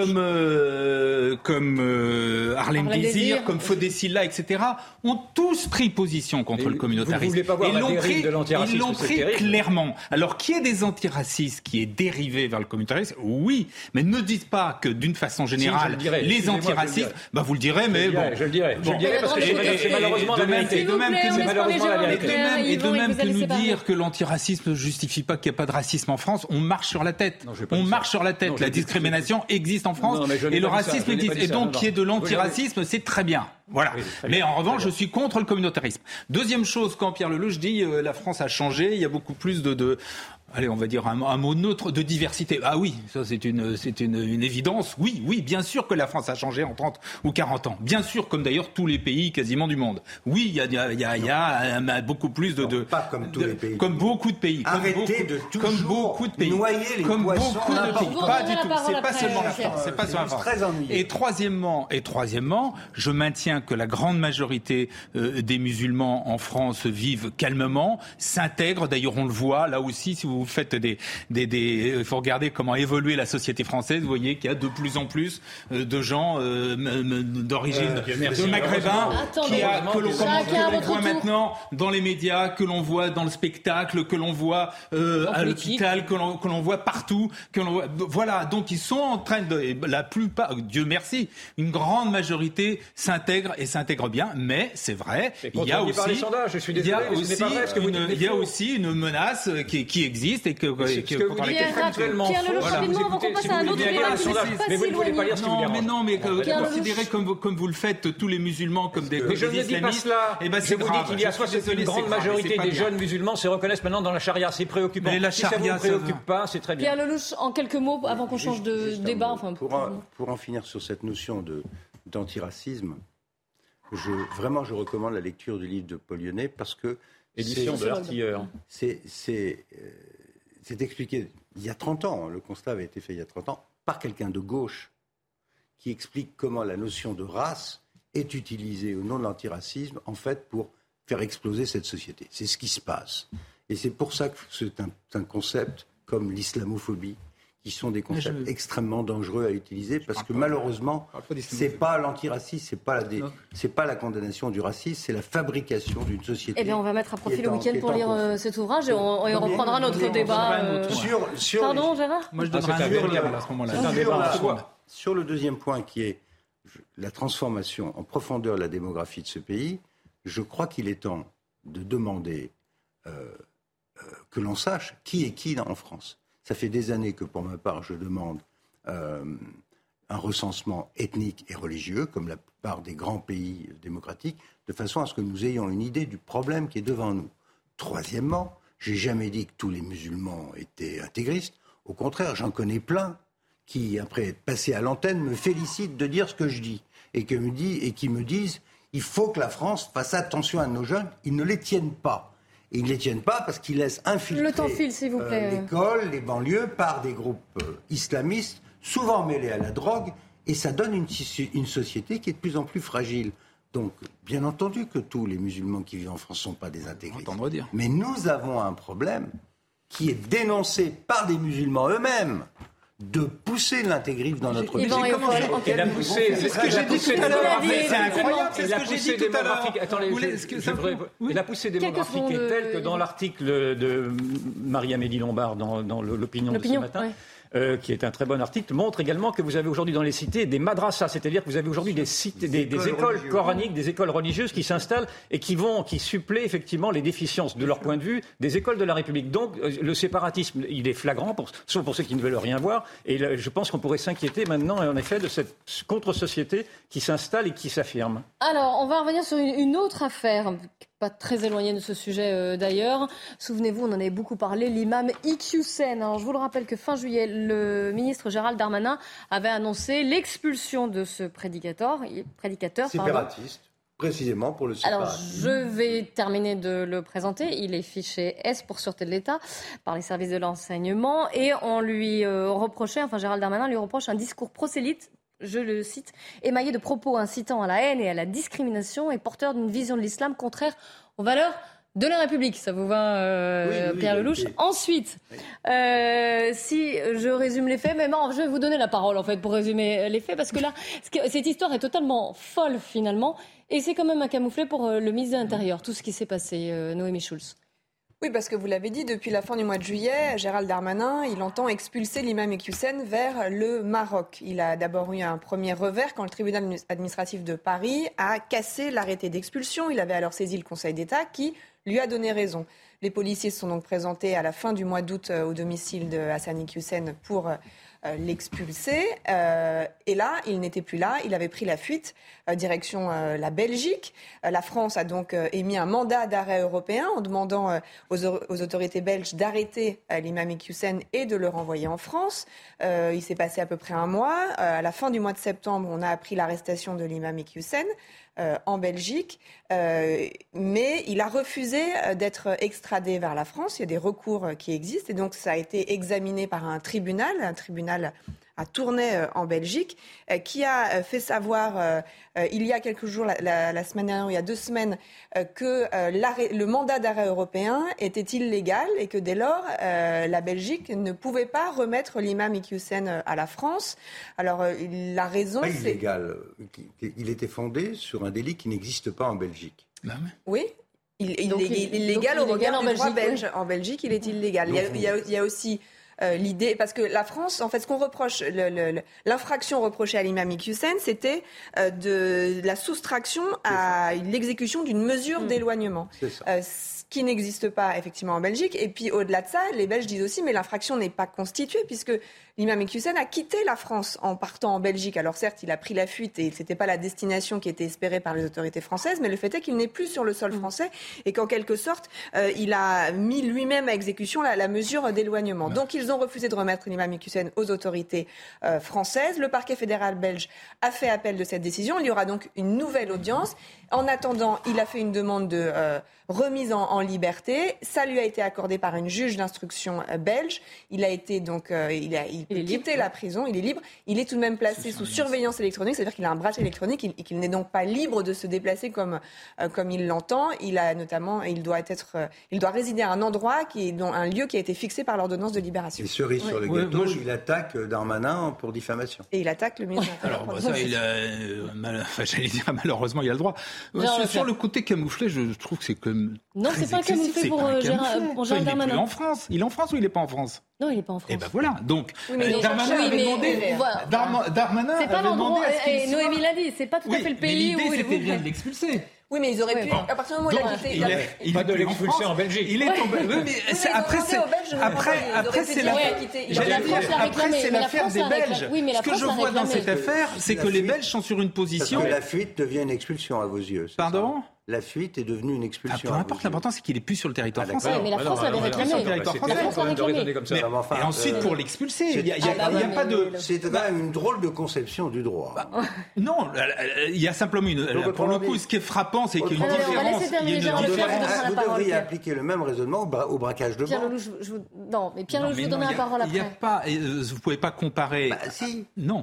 comme Harlem Désir, comme Fodé Silla, etc., ont tous pris position contre le communautarisme. Ils l'ont pris clairement. Alors, qu'il y ait des antiracistes qui est dérivé vers le communautarisme, oui, mais ne dites pas que d'une façon générale, les antiracistes, vous le direz, mais bon. Je le dirai parce que c'est malheureusement la vérité. Et de même que nous dire que l'antiracisme ne justifie pas qu'il n'y a pas de racisme en France, on marche sur la tête. La discrimination existe en France et le racisme existe. Et donc, qu'il y ait de l'antiracisme, c'est très bien. Voilà. Mais en revanche, je suis contre le communautarisme. Deuxième chose, quand Pierre Lellouche dit la France a changé, il y a beaucoup plus allez, on va dire un mot neutre, de diversité. Ah oui, ça c'est une évidence. Oui, bien sûr que la France a changé en 30 ou 40 ans. Bien sûr, comme d'ailleurs tous les pays quasiment du monde. Oui, il y a beaucoup plus pas comme tous les pays. Comme beaucoup de pays. Arrêtez de toujours noyer les poissons. Pas du tout. C'est pas seulement la France. C'est pas seulement la France. Très ennuyeux. Et troisièmement, je maintiens que la grande majorité des musulmans en France vivent calmement, s'intègrent. D'ailleurs, on le voit là aussi, si vous vous faites il faut regarder comment évoluer la société française. Vous voyez qu'il y a de plus en plus de gens d'origine de maghrébins que l'on voit maintenant dans les médias, que l'on voit dans le spectacle, que l'on voit à l'hôpital, que l'on voit partout, voilà. Donc ils sont en train la plupart, Dieu merci, une grande majorité s'intègre bien, mais c'est vrai, il y a aussi une menace qui existe et contre laquelle actuellement. Pierre Lelouch, rapidement, avant qu'on passe à un autre débat. Mais vous ne voulez pas lire ce qui vous dérange. Mais considérer comme vous le faites tous les musulmans comme des islamistes. Mais je ne dis pas cela. Je vous dis qu'il y a une grande majorité des jeunes musulmans se reconnaissent maintenant dans la charia. C'est préoccupant. Si ça ne vous préoccupe pas, c'est très bien. Pierre Lelouch, en quelques mots, avant qu'on change de débat. Pour en finir sur cette notion d'antiracisme, je recommande la lecture du livre de Paul Lyonnais parce que édition de l'Artilleur. C'est expliqué il y a 30 ans, le constat avait été fait il y a 30 ans, par quelqu'un de gauche qui explique comment la notion de race est utilisée au nom de l'antiracisme, en fait, pour faire exploser cette société. C'est ce qui se passe. Et c'est pour ça que c'est un concept comme l'islamophobie, qui sont des concepts extrêmement dangereux à utiliser, parce que malheureusement, c'est pas l'antiracisme, c'est pas la condamnation du racisme, c'est la fabrication d'une société. Eh bien, on va mettre à profit le week-end pour lire cet ouvrage et on reprendra notre débat. Pardon, Gérard ? Moi, je donnerai un verdict à ce moment-là. Sur le deuxième point, qui est la transformation en profondeur de la démographie de ce pays, je crois qu'il est temps de demander que l'on sache qui est qui en France. Ça fait des années que, pour ma part, je demande un recensement ethnique et religieux, comme la plupart des grands pays démocratiques, de façon à ce que nous ayons une idée du problème qui est devant nous. Troisièmement, j'ai jamais dit que tous les musulmans étaient intégristes. Au contraire, j'en connais plein qui, après être passés à l'antenne, me félicitent de dire ce que je dis et qui me disent il faut que la France fasse attention à nos jeunes. Ils ne les tiennent pas. Et ils ne les tiennent pas parce qu'ils laissent infiltrer le temps file, s'il vous plaît. L'école, les banlieues, par des groupes islamistes, souvent mêlés à la drogue, et ça donne une société qui est de plus en plus fragile. Donc, bien entendu que tous les musulmans qui vivent en France ne sont pas des intégristes. Mais nous avons un problème qui est dénoncé par des musulmans eux-mêmes, de pousser l'intégrisme dans notre pays. Elle a poussé, c'est ce que j'ai dit tout à l'heure. C'est incroyable, c'est ce que j'ai dit tout à l'heure. Attendez, la poussée démographique est telle que dans l'article de Marie-Amélie Lombard dans l'Opinion de ce matin, qui est un très bon article, montre également que vous avez aujourd'hui dans les cités des madrassas, c'est-à-dire que vous avez aujourd'hui des écoles coraniques, des écoles religieuses qui s'installent et qui suppléent effectivement les déficiences de leur point de vue des écoles de la République. Donc le séparatisme, il est flagrant, sauf pour ceux qui ne veulent rien voir. Et je pense qu'on pourrait s'inquiéter maintenant, en effet, de cette contre-société qui s'installe et qui s'affirme. Alors, on va revenir sur une autre affaire, pas très éloignée de ce sujet d'ailleurs. Souvenez-vous, on en avait beaucoup parlé, l'imam Iqiyoussen. Alors, je vous le rappelle que fin juillet, le ministre Gérald Darmanin avait annoncé l'expulsion de ce prédicateur. Séparatiste. Précisément pour le séparatisme. Alors, je vais terminer de le présenter. Il est fiché S pour sûreté de l'État par les services de l'enseignement. Et on lui Gérald Darmanin lui reproche un discours prosélyte, je le cite, émaillé de propos incitant à la haine et à la discrimination et porteur d'une vision de l'islam contraire aux valeurs de la République. Ça vous va, Pierre Lelouch ? Ensuite, si je résume les faits, mais non, je vais vous donner la parole en fait pour résumer les faits, parce que là, cette histoire est totalement folle finalement, et c'est quand même un camouflet pour le ministre de l'Intérieur, tout ce qui s'est passé, Noémie Schulz. Oui, parce que vous l'avez dit, depuis la fin du mois de juillet, Gérald Darmanin, il entend expulser l'imam Iqiyoussen vers le Maroc. Il a d'abord eu un premier revers quand le tribunal administratif de Paris a cassé l'arrêté d'expulsion. Il avait alors saisi le Conseil d'État qui lui a donné raison. Les policiers se sont donc présentés à la fin du mois d'août au domicile de Hassan Iqiyoussen pour l'expulser. Et là, il n'était plus là. Il avait pris la fuite direction la Belgique. La France a donc émis un mandat d'arrêt européen en demandant aux autorités belges d'arrêter l'imam Iqiyoussen et de le renvoyer en France. Il s'est passé à peu près un mois. À la fin du mois de septembre, on a appris l'arrestation de l'imam Iqiyoussen en Belgique, mais il a refusé d'être extradé vers la France. Il y a des recours qui existent et donc ça a été examiné par un tribunal tribunal à Tournai en Belgique, qui a fait savoir il y a quelques jours, la semaine dernière, il y a 2 semaines, que le mandat d'arrêt européen était illégal et que dès lors, la Belgique ne pouvait pas remettre l'imam Iqiyoussen à la France. Alors, la raison, c'est... Pas illégal. Il était fondé sur un délit qui n'existe pas en Belgique. Oui. Il est illégal au regard du droit belge. Oui. En Belgique, il est illégal. Il y a aussi... l'idée, parce que la France, en fait, ce qu'on reproche, l'infraction reprochée à l'imam Iqiyoussen, c'était de la soustraction à l'exécution d'une mesure d'éloignement. Ce qui n'existe pas effectivement en Belgique. Et puis au-delà de ça, les Belges disent aussi, mais l'infraction n'est pas constituée puisque l'imam Iqiyoussen a quitté la France en partant en Belgique. Alors certes, il a pris la fuite et ce n'était pas la destination qui était espérée par les autorités françaises, mais le fait est qu'il n'est plus sur le sol français et qu'en quelque sorte, il a mis lui-même à exécution la mesure d'éloignement. Donc ils ont refusé de remettre l'imam Iqiyoussen aux autorités françaises. Le parquet fédéral belge a fait appel de cette décision. Il y aura donc une nouvelle audience. En attendant, il a fait une demande de remise en liberté. Ça lui a été accordé par une juge d'instruction belge. Il a été donc, il peut quitter la prison. Il est libre. Il est tout de même placé sous surveillance électronique, c'est-à-dire qu'il a un bracelet électronique et qu'il n'est donc pas libre de se déplacer comme il l'entend. Il a notamment, il doit résider à un endroit un lieu qui a été fixé par l'ordonnance de libération. Et cerise sur le gâteau, il attaque Darmanin pour diffamation. Et il attaque le ministre. Alors j'allais dire malheureusement il a le droit. Sur le côté camouflé, je trouve que c'est comme... Non, c'est pas un camouflé pour Gérald Darmanin. Il est en France. Il est en France ou il n'est pas en France? Non, il n'est pas en France. Et ben voilà. Donc, Darmanin avait demandé... Darmanin c'est pas l'endroit... Et Noémie l'a dit, c'est pas tout à fait le pays où... L'idée, c'était bien de l'expulser. Oui, mais ils auraient pu... À partir du moment où il a quitté... Il pas de l'expulser en Belgique. Il est en Belgique. Après, c'est l'affaire des Belges. Ce que je vois dans cette affaire, c'est que les Belges sont sur une position... Parce que la fuite devient une expulsion à vos yeux. Pardon ? La fuite est devenue une expulsion. Peu importe, l'important c'est qu'il n'est plus sur le territoire français. Mais la France l'avait réclamé. Et ensuite, pour l'expulser, il n'y a pas de... C'est quand même une drôle de conception du droit. Non, il y a simplement pour le coup, ce qui est frappant, c'est qu'il y a une différence. Vous devriez appliquer le même raisonnement au braquage de banque. Non, mais Pierre Lelouch, je vous donne la parole après. Il n'y a pas... Vous ne pouvez pas comparer... Si. Non.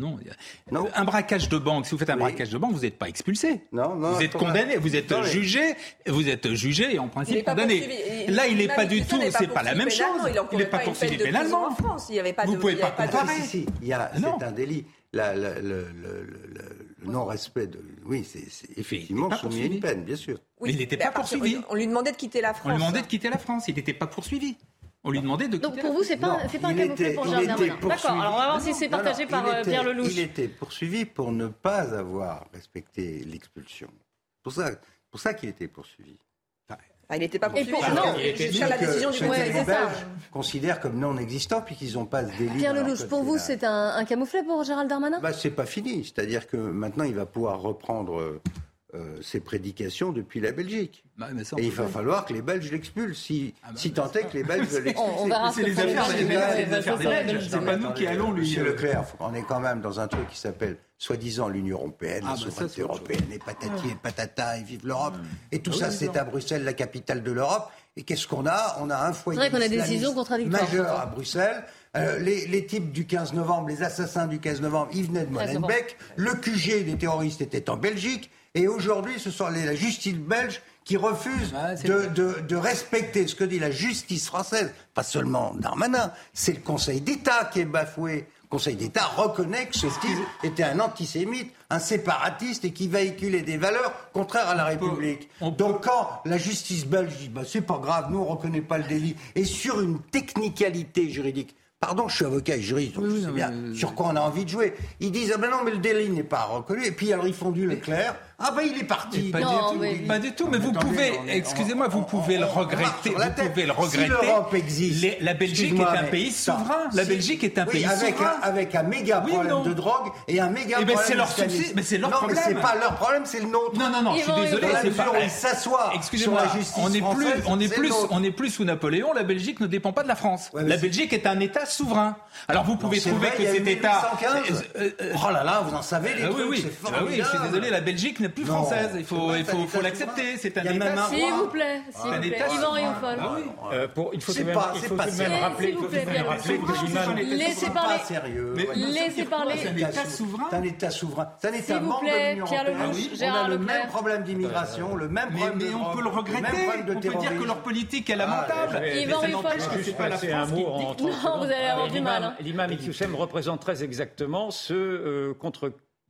Un braquage de banque, si vous faites un braquage de banque, vous n'êtes pas expulsé. Vous êtes condamné. Vous êtes jugé et en principe condamné. Là, il n'est pas du tout, c'est pas la même chose. Il n'est pas poursuivi pénalement. Vous ne pouvez pas comparer. C'est un délit. Le non-respect de... Oui, c'est effectivement soumis à une peine, bien sûr. Mais il n'était pas poursuivi. On lui demandait de quitter la France. Il n'était pas poursuivi. On lui demandait de quitter Donc pour vous, c'est pas un camouflet pour Gérald Darmanin. D'accord, alors on va voir si c'est partagé par Pierre Lelouch. Il était poursuivi pour ne pas avoir respecté l'expulsion. Pour ça qu'il était poursuivi. Il n'était pas poursuivi. Jusqu'à la décision du Conseil d'État. Les Belges considèrent comme non existants puisqu'ils n'ont pas ce délit. Pierre Lelouch, pour vous, c'est un camouflet pour Gérald Darmanin ? C'est pas fini. C'est-à-dire que maintenant, il va pouvoir reprendre ses prédications depuis la Belgique. Et il va falloir que les Belges l'expulsent, si tant est que les Belges l'expulsent. C'est les affaires des Belges. C'est pas nous qui allons lui... Monsieur Leclerc, on est quand même dans un truc qui s'appelle soi-disant l'Union européenne, la souveraineté européenne, et patati et patata, et vive l'Europe. Et tout ça, c'est à Bruxelles, la capitale de l'Europe. Et qu'est-ce qu'on a ? On a un foyer majeur à Bruxelles. Les types du 15 novembre, les assassins du 15 novembre, ils venaient de Molenbeek. Le QG des terroristes était en Belgique. Et aujourd'hui, ce sont la justice belge qui refuse de respecter ce que dit la justice française. Pas seulement Darmanin, c'est le Conseil d'État qui est bafoué. Le Conseil d'État reconnaît que ce type était un antisémite, un séparatiste et qui véhiculait des valeurs contraires à la République. Donc quand la justice belge dit c'est pas grave, nous on reconnaît pas le délit, et sur une technicalité juridique, pardon, je suis avocat et juriste, donc je sais bien sur quoi on a envie de jouer. Ils disent non, mais le délit n'est pas reconnu. Et puis alors ils font du Leclerc. Il est parti. Pas du tout. Mais vous pouvez, excusez-moi, vous pouvez le regretter. Si l'Europe existe, la Belgique est un pays souverain. La Belgique est un pays souverain. Avec un méga problème de drogue et un méga problème c'est leur souci. Mais c'est leur problème. Non, mais c'est pas leur problème, c'est le nôtre. Non, je suis désolé. C'est pas. Ils s'assoient sur la justice française. On est plus sous Napoléon. La Belgique ne dépend pas de la France. La Belgique est un État souverain. Alors vous pouvez trouver que cet État. Oh là là, vous en savez des trucs. Oui, je suis désolé. La Belgique n'est plus française. Il faut l'accepter. C'est un État. S'il vous plaît. Yvan Rioufol. Il faut tout de même rappeler que l'imam... Laissez parler. Laissez parler. C'est un État souverain. C'est un État membre de l'Union européenne. On a le même problème d'immigration, le même problème de drogue, on peut le regretter. On peut dire que leur politique est lamentable. Yvan Rioufol, c'est pas la France qui dicte. Non, vous allez avoir du mal. L'imam Iqiyoussen représente très exactement ce contre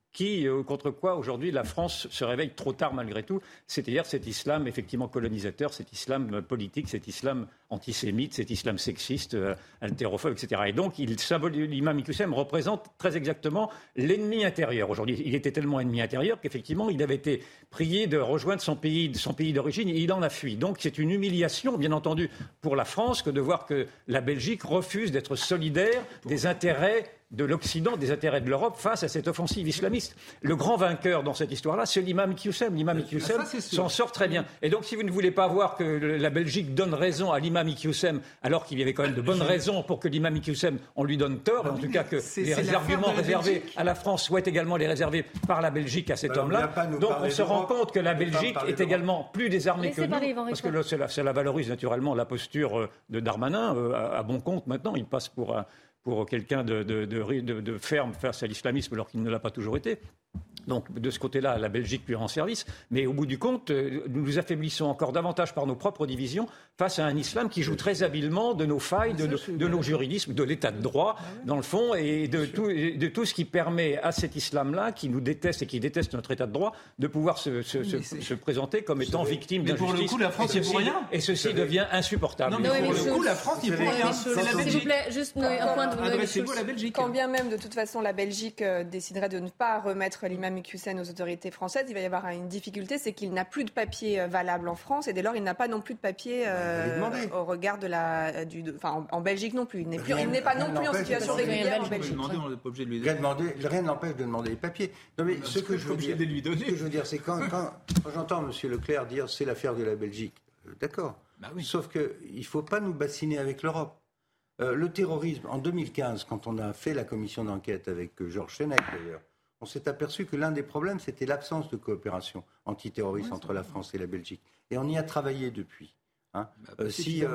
quoi aujourd'hui la France se réveille trop tard malgré tout, c'est-à-dire cet islam effectivement colonisateur, cet islam politique, cet islam antisémite, cet islam sexiste, haltérophobe, etc. Et donc l'imam Iqiyoussen représente très exactement l'ennemi intérieur. Aujourd'hui, il était tellement ennemi intérieur qu'effectivement il avait été prié de rejoindre son pays d'origine et il en a fui. Donc c'est une humiliation, bien entendu, pour la France que de voir que la Belgique refuse d'être solidaire des intérêts de l'Occident, des intérêts de l'Europe face à cette offensive islamiste. Le grand vainqueur dans cette histoire-là, c'est l'imam Iqiyoussen. L'imam Iqiyoussen s'en sort très bien. Et donc, si vous ne voulez pas voir que la Belgique donne raison à l'imam Iqiyoussen, alors qu'il y avait quand même de bonnes raisons pour que l'imam Iqiyoussen, on lui donne tort, en tout cas que les arguments réservés à la France soient également les réservés par la Belgique à cet homme-là. Donc, on se rend compte que la Belgique est également plus désarmée que nous, parce que cela valorise naturellement la posture de Darmanin à bon compte maintenant. Il passe pour quelqu'un de ferme face à l'islamisme alors qu'il ne l'a pas toujours été. Donc, de ce côté-là, la Belgique lui rend service. Mais au bout du compte, nous nous affaiblissons encore davantage par nos propres divisions face à un islam qui joue très habilement de nos failles, de nos juridismes, de l'état de droit, dans le fond, et de tout ce qui permet à cet islam-là, qui nous déteste et qui déteste notre état de droit, de pouvoir se présenter comme étant victime d'injustice. Mais pour le coup, la France, il faut rien. Et ceci devient insupportable. Non, mais pour le coup, la France, il faut rien. C'est la Belgique. S'il vous plaît, juste un point de adressez-vous à la Belgique. Quand bien même, de toute façon, la Belgique déciderait de ne pas remettre l'imam Iqiyoussen aux autorités françaises, il va y avoir une difficulté, c'est qu'il n'a plus de papier valable en France et dès lors il n'a pas non plus de papier au regard de en Belgique non plus. Il n'est pas non plus en situation régulière en Belgique. Rien n'empêche de demander les papiers. Non mais ce que je veux dire, c'est quand j'entends M. Leclerc dire c'est l'affaire de la Belgique. D'accord. Sauf qu'il ne faut pas nous bassiner avec l'Europe. Le terrorisme, en 2015, quand on a fait la commission d'enquête avec Georges Fenech d'ailleurs, on s'est aperçu que l'un des problèmes, c'était l'absence de coopération antiterroriste entre la France et la Belgique. Et on y a travaillé depuis. Si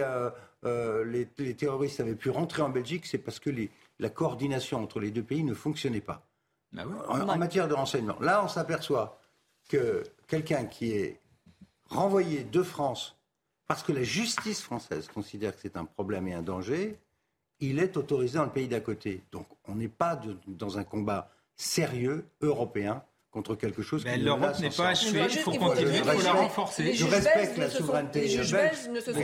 les terroristes avaient pu rentrer en Belgique, c'est parce que la coordination entre les deux pays ne fonctionnait pas. En matière de renseignement. Là, on s'aperçoit que quelqu'un qui est renvoyé de France parce que la justice française considère que c'est un problème et un danger, il est autorisé dans le pays d'à côté. Donc, on n'est pas dans un combat sérieux, européen, contre quelque chose qui l'Europe n'est pas achevée, il faut continuer, il faut la renforcer. Je respecte la souveraineté belge. Les juges belges ne se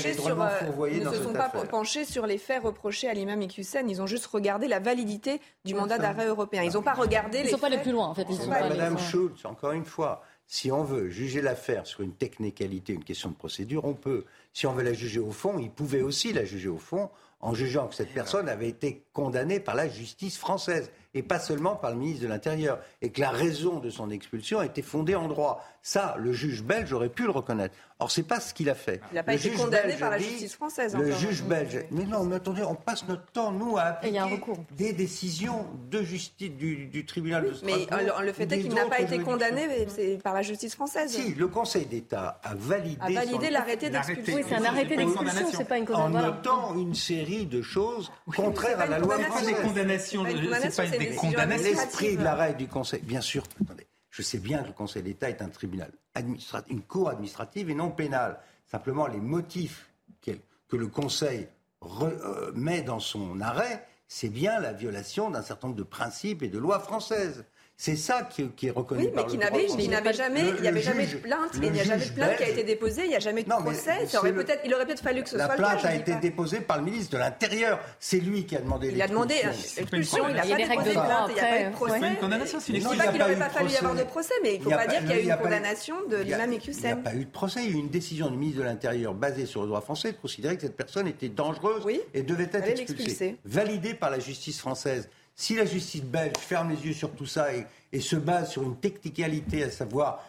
sont pas penchés sur les faits reprochés à l'imam Iqiyoussen. Ils ont juste regardé la validité du mandat d'arrêt européen. Ils n'ont pas regardé les faits. Ils ne sont pas allés plus loin, en fait. Madame Schultz, encore une fois, si on veut juger l'affaire sur une technicalité, une question de procédure, on peut. Si on veut la juger au fond, il pouvait aussi la juger au fond en jugeant que cette personne avait été condamnée par la justice française et pas seulement par le ministre de l'Intérieur, et que la raison de son expulsion était fondée en droit. Ça, le juge belge aurait pu le reconnaître. Or, c'est pas ce qu'il a fait. Il n'a pas été condamné par la justice française. Le juge belge... Mais non, mais attendez, on passe notre temps, nous, à appliquer des décisions de justice du tribunal de Strasbourg. Mais le fait est qu'il n'a pas été condamné par la justice française. Si, le Conseil d'État a validé l'arrêté d'expulsion. Oui, c'est un arrêté d'expulsion, c'est pas une condamnation. En notant une série de choses contraires à la loi française. Des condamnations, c'est pas des condamnations. L'esprit de l'arrêt du Conseil, bien sûr, attendez, je sais bien que le Conseil d'État est un tribunal administratif, une cour administrative et non pénale. Simplement, les motifs que le Conseil met dans son arrêt, c'est bien la violation d'un certain nombre de principes et de lois françaises. C'est ça qui est reconnu par le droit français. Il n'y avait jamais de plainte. Il n'y a jamais de plainte qui a été déposée. Il n'y a jamais de procès. Il aurait peut-être fallu que ce soit le cas. La plainte a été déposée par le ministre de l'Intérieur. C'est lui qui a demandé l'expulsion. Il a demandé l'expulsion. Il n'a pas déposé de plainte. Il n'y a pas eu de procès. C'est pas une condamnation. Je ne dis pas qu'il n'aurait pas fallu y avoir de procès, mais il ne faut pas dire qu'il y a eu une condamnation de l'imam Iqiyoussen. Il n'y a pas eu de procès. Il y a eu une décision du ministre de l'Intérieur basée sur le droit français de considérer que cette personne était dangereuse et devait être expulsée. Validée par la justice française. Si la justice belge ferme les yeux sur tout ça et se base sur une technicalité, à savoir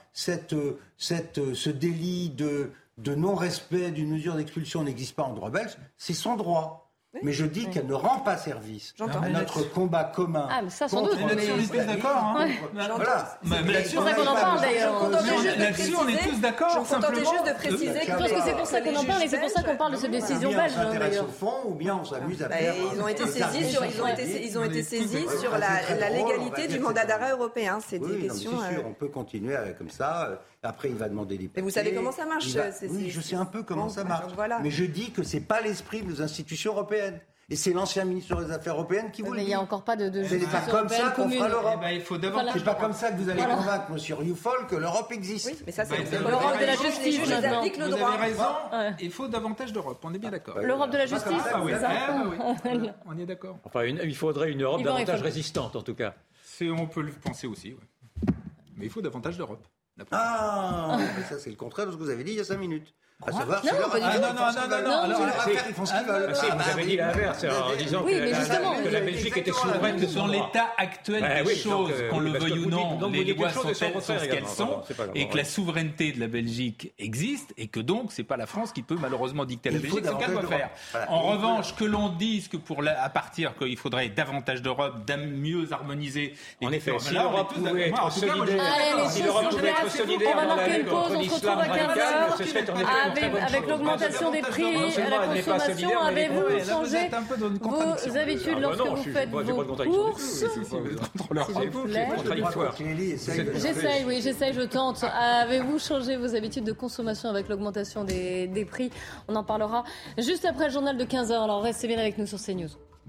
ce délit de non-respect d'une mesure d'expulsion n'existe pas en droit belge, c'est son droit. Mais je dis qu'elle ne rend pas service à notre combat commun. Ah, mais ça, sans doute. Là-dessus, on est tous d'accord. Voilà. C'est pour ça qu'on en parle, d'ailleurs. Là-dessus, on est tous d'accord. Je me contentais juste de préciser je pense que c'est pour ça qu'on en parle et c'est pour ça qu'on parle de cette décision belge, d'ailleurs. Au fond, ou bien on s'amuse à faire... Ils ont été saisis sur la légalité du mandat d'arrêt européen. C'est des questions... C'est sûr, on peut continuer comme ça. Après, il va demander des papiers. Mais vous savez comment ça marche, Oui, je sais un peu comment ça marche. Mais je dis que c'est pas l'esprit de nos institutions européennes. Et c'est l'ancien ministre des Affaires européennes qui vous le dit. Mais il n'y a encore pas de c'est pas comme ça qu'on fera l'Europe. C'est pas comme ça que vous allez convaitre M. Rioufol que l'Europe existe. Oui, mais ça, c'est l'Europe de la justice. Ils appliquent le droit. Vous avez raison. Il faut davantage d'Europe. On est bien d'accord. L'Europe de la justice, c'est ça. On y est d'accord. Enfin, il faudrait une Europe davantage résistante, en tout cas. On peut le penser aussi, mais il faut davantage d'Europe. Ah, ça c'est le contraire de ce que vous avez dit il y a 5 minutes. À savoir, non, c'est ils font ce qu'ils veulent. Vous avez dit l'inverse en disant que la Belgique était souveraine de son dans l'état actuel des choses, qu'on le veuille ou non, les lois sont ce qu'elles sont, et que la souveraineté de la Belgique existe, et que donc c'est pas la France qui peut malheureusement dicter à la Belgique ce qu'elle doit faire. En revanche, que l'on dise que à partir qu'il faudrait davantage d'Europe, mieux harmoniser. En effet, si l'Europe pouvait être solidaire, on va marquer une pause, on se retrouve à 15h. Avec l'augmentation des prix à la consommation, avez-vous changé vos habitudes lorsque vous faites vos courses? S'il vous plaît. J'essaye, je tente. Avez-vous changé vos habitudes de consommation avec l'augmentation des prix? On en parlera juste après le journal de 15h. Alors restez bien avec nous sur CNews.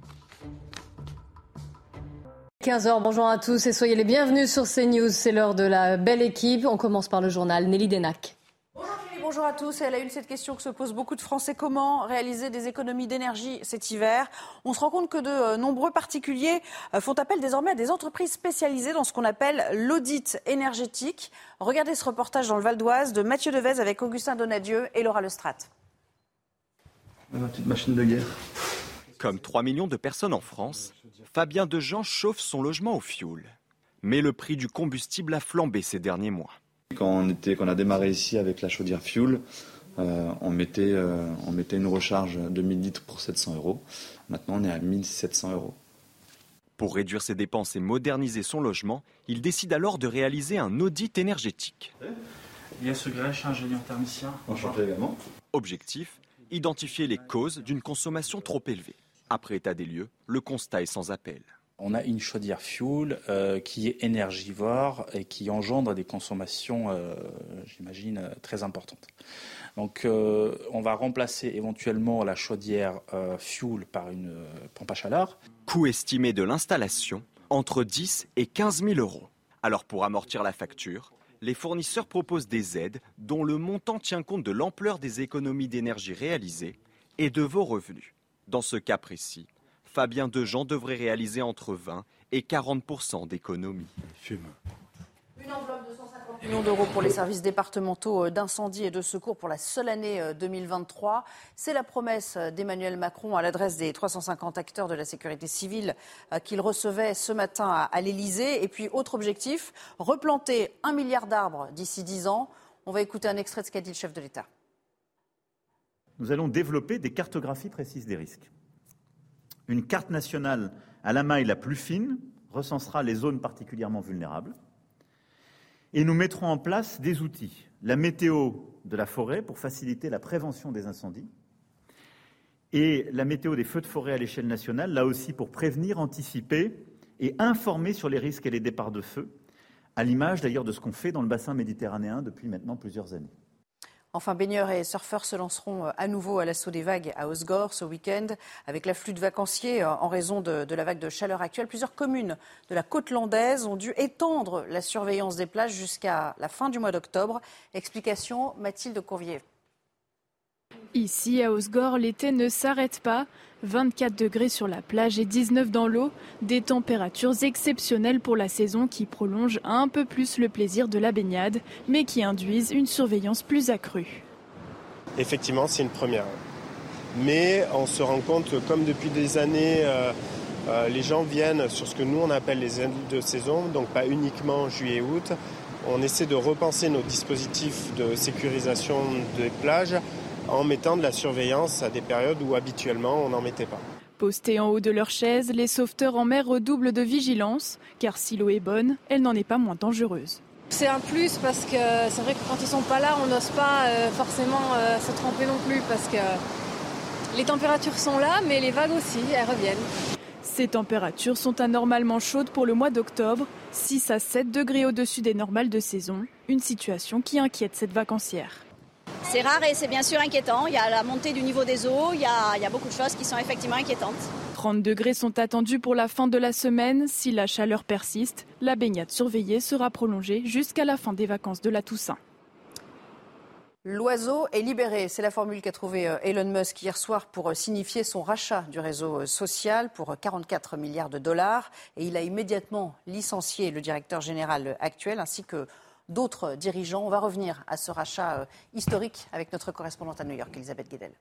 15h, bonjour à tous et soyez les bienvenus sur CNews. C'est l'heure de la belle équipe. On commence par le journal. Nelly Denac. Bonjour à tous. Et à la une, cette question que se posent beaucoup de Français. Comment réaliser des économies d'énergie cet hiver? On se rend compte que de nombreux particuliers font appel désormais à des entreprises spécialisées dans ce qu'on appelle l'audit énergétique. Regardez ce reportage dans le Val d'Oise de Mathieu Devez avec Augustin Donadieu et Laura Lestrade. Ma petite machine de guerre. Comme 3 millions de personnes en France, Fabien Dejean chauffe son logement au fioul. Mais le prix du combustible a flambé ces derniers mois. Quand on a démarré ici avec la chaudière fuel, on mettait une recharge de 1000 litres pour 700 €. Maintenant, on est à 1700 €. Pour réduire ses dépenses et moderniser son logement, il décide alors de réaliser un audit énergétique. Il y a ce Grèche, ingénieur thermicien. Enchanté également. Objectif, identifier les causes d'une consommation trop élevée. Après état des lieux, le constat est sans appel. On a une chaudière fuel qui est énergivore et qui engendre des consommations, j'imagine, très importantes. Donc on va remplacer éventuellement la chaudière fuel par une pompe à chaleur. Coût estimé de l'installation, entre 10 et 15 000 €. Alors pour amortir la facture, les fournisseurs proposent des aides dont le montant tient compte de l'ampleur des économies d'énergie réalisées et de vos revenus. Dans ce cas précis, Fabien Dejean devrait réaliser entre 20 et 40% d'économies. Une enveloppe de 150 millions d'euros pour les services départementaux d'incendie et de secours pour la seule année 2023. C'est la promesse d'Emmanuel Macron à l'adresse des 350 acteurs de la sécurité civile qu'il recevait ce matin à l'Élysée. Et puis, autre objectif, replanter 1 milliard d'arbres d'ici 10 ans. On va écouter un extrait de ce qu'a dit le chef de l'État. Nous allons développer des cartographies précises des risques. Une carte nationale à la maille la plus fine recensera les zones particulièrement vulnérables. Et nous mettrons en place des outils. La météo de la forêt pour faciliter la prévention des incendies. Et la météo des feux de forêt à l'échelle nationale, là aussi pour prévenir, anticiper et informer sur les risques et les départs de feu, à l'image d'ailleurs de ce qu'on fait dans le bassin méditerranéen depuis maintenant plusieurs années. Enfin, baigneurs et surfeurs se lanceront à nouveau à l'assaut des vagues à Osgore ce week-end. Avec l'afflux de vacanciers en raison de la vague de chaleur actuelle, plusieurs communes de la côte landaise ont dû étendre la surveillance des plages jusqu'à la fin du mois d'octobre. Explication, Mathilde Courvier. Ici, à Osgore, l'été ne s'arrête pas. 24 degrés sur la plage et 19 dans l'eau. Des températures exceptionnelles pour la saison qui prolongent un peu plus le plaisir de la baignade, mais qui induisent une surveillance plus accrue. Effectivement, c'est une première. Mais on se rend compte que comme depuis des années, les gens viennent sur ce que nous on appelle les aides de saison, donc pas uniquement juillet-août. On essaie de repenser nos dispositifs de sécurisation des plages en mettant de la surveillance à des périodes où habituellement on n'en mettait pas. Postés en haut de leur chaise, les sauveteurs en mer redoublent de vigilance, car si l'eau est bonne, elle n'en est pas moins dangereuse. C'est un plus parce que c'est vrai que quand ils sont pas là, on n'ose pas forcément se tremper non plus parce que les températures sont là, mais les vagues aussi, elles reviennent. Ces températures sont anormalement chaudes pour le mois d'octobre, 6 à 7 degrés au-dessus des normales de saison, une situation qui inquiète cette vacancière. C'est rare et c'est bien sûr inquiétant. Il y a la montée du niveau des eaux, il y a beaucoup de choses qui sont effectivement inquiétantes. 30 degrés sont attendus pour la fin de la semaine. Si la chaleur persiste, la baignade surveillée sera prolongée jusqu'à la fin des vacances de la Toussaint. L'oiseau est libéré. C'est la formule qu'a trouvée Elon Musk hier soir pour signifier son rachat du réseau social pour 44 milliards de dollars. Et il a immédiatement licencié le directeur général actuel ainsi que d'autres dirigeants. On va revenir à ce rachat historique avec notre correspondante à New York, Elisabeth Guedel.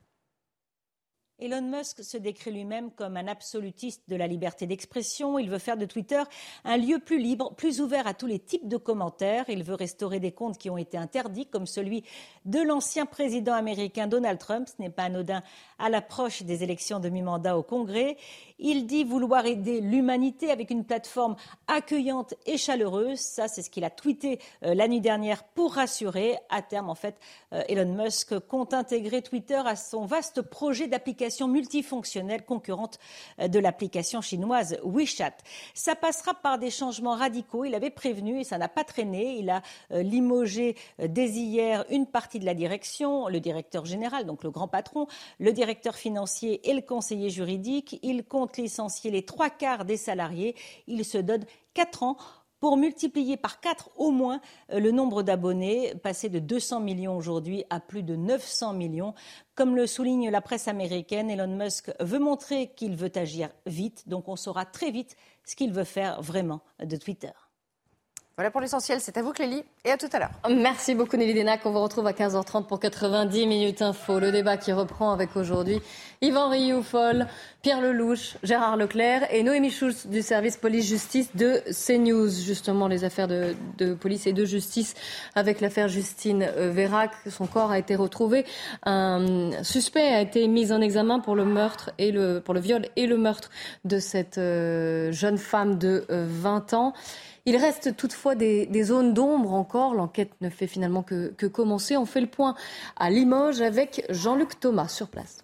Elon Musk se décrit lui-même comme un absolutiste de la liberté d'expression. Il veut faire de Twitter un lieu plus libre, plus ouvert à tous les types de commentaires. Il veut restaurer des comptes qui ont été interdits, comme celui de l'ancien président américain Donald Trump. Ce n'est pas anodin à l'approche des élections de mi-mandat au Congrès. Il dit vouloir aider l'humanité avec une plateforme accueillante et chaleureuse. Ça, c'est ce qu'il a tweeté la nuit dernière pour rassurer. À terme, en fait, Elon Musk compte intégrer Twitter à son vaste projet d'application multifonctionnelle concurrente de l'application chinoise WeChat. Ça passera par des changements radicaux. Il avait prévenu et ça n'a pas traîné. Il a limogé dès hier une partie de la direction, le directeur général, donc le grand patron, le directeur financier et le conseiller juridique. Il compte licencier les 3/4 des salariés. Il se donne 4 ans pour multiplier par 4 au moins le nombre d'abonnés, passé de 200 millions aujourd'hui à plus de 900 millions. Comme le souligne la presse américaine, Elon Musk veut montrer qu'il veut agir vite, donc on saura très vite ce qu'il veut faire vraiment de Twitter. Voilà pour l'essentiel, c'est à vous Clélie et à tout à l'heure. Merci beaucoup Nelly Denac, on vous retrouve à 15h30 pour 90 minutes info. Le débat qui reprend avec aujourd'hui Yvan Rioufol, Pierre Lelouch, Gérard Leclerc et Noémie Schulz du service police-justice de CNews. Justement les affaires de police et de justice avec l'affaire Justine Vérac. Son corps a été retrouvé. Un suspect a été mis en examen pour le meurtre pour le viol et le meurtre de cette jeune femme de 20 ans. Il reste toutefois des zones d'ombre encore. L'enquête ne fait finalement que commencer. On fait le point à Limoges avec Jean-Luc Thomas sur place.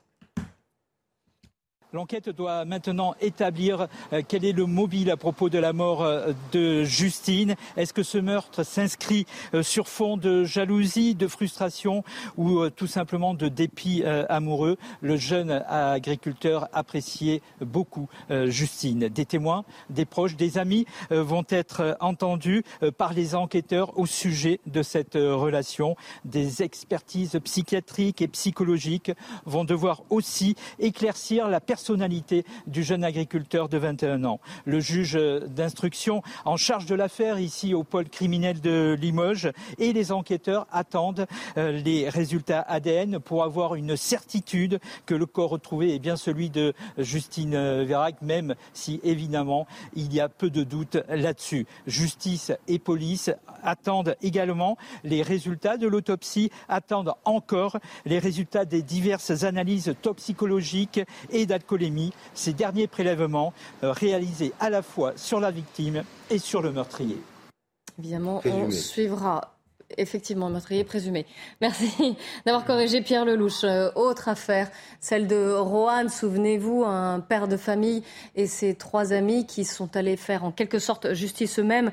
L'enquête doit maintenant établir quel est le mobile à propos de la mort de Justine. Est-ce que ce meurtre s'inscrit sur fond de jalousie, de frustration ou tout simplement de dépit amoureux? Le jeune agriculteur appréciait beaucoup Justine. Des témoins, des proches, des amis vont être entendus par les enquêteurs au sujet de cette relation. Des expertises psychiatriques et psychologiques vont devoir aussi éclaircir la personnalité du jeune agriculteur de 21 ans. Le juge d'instruction en charge de l'affaire ici au pôle criminel de Limoges et les enquêteurs attendent les résultats ADN pour avoir une certitude que le corps retrouvé est bien celui de Justine Vérac, même si évidemment il y a peu de doutes là-dessus. Justice et police attendent également les résultats de l'autopsie, attendent encore les résultats des diverses analyses toxicologiques et d'alcoolémie. Ces derniers prélèvements réalisés à la fois sur la victime et sur le meurtrier. Évidemment, on suivra. Effectivement, meurtrier présumé. Merci d'avoir corrigé Pierre Lelouch. Autre affaire, celle de Roanne. Souvenez-vous, un père de famille et ses 3 amis qui sont allés faire en quelque sorte justice eux-mêmes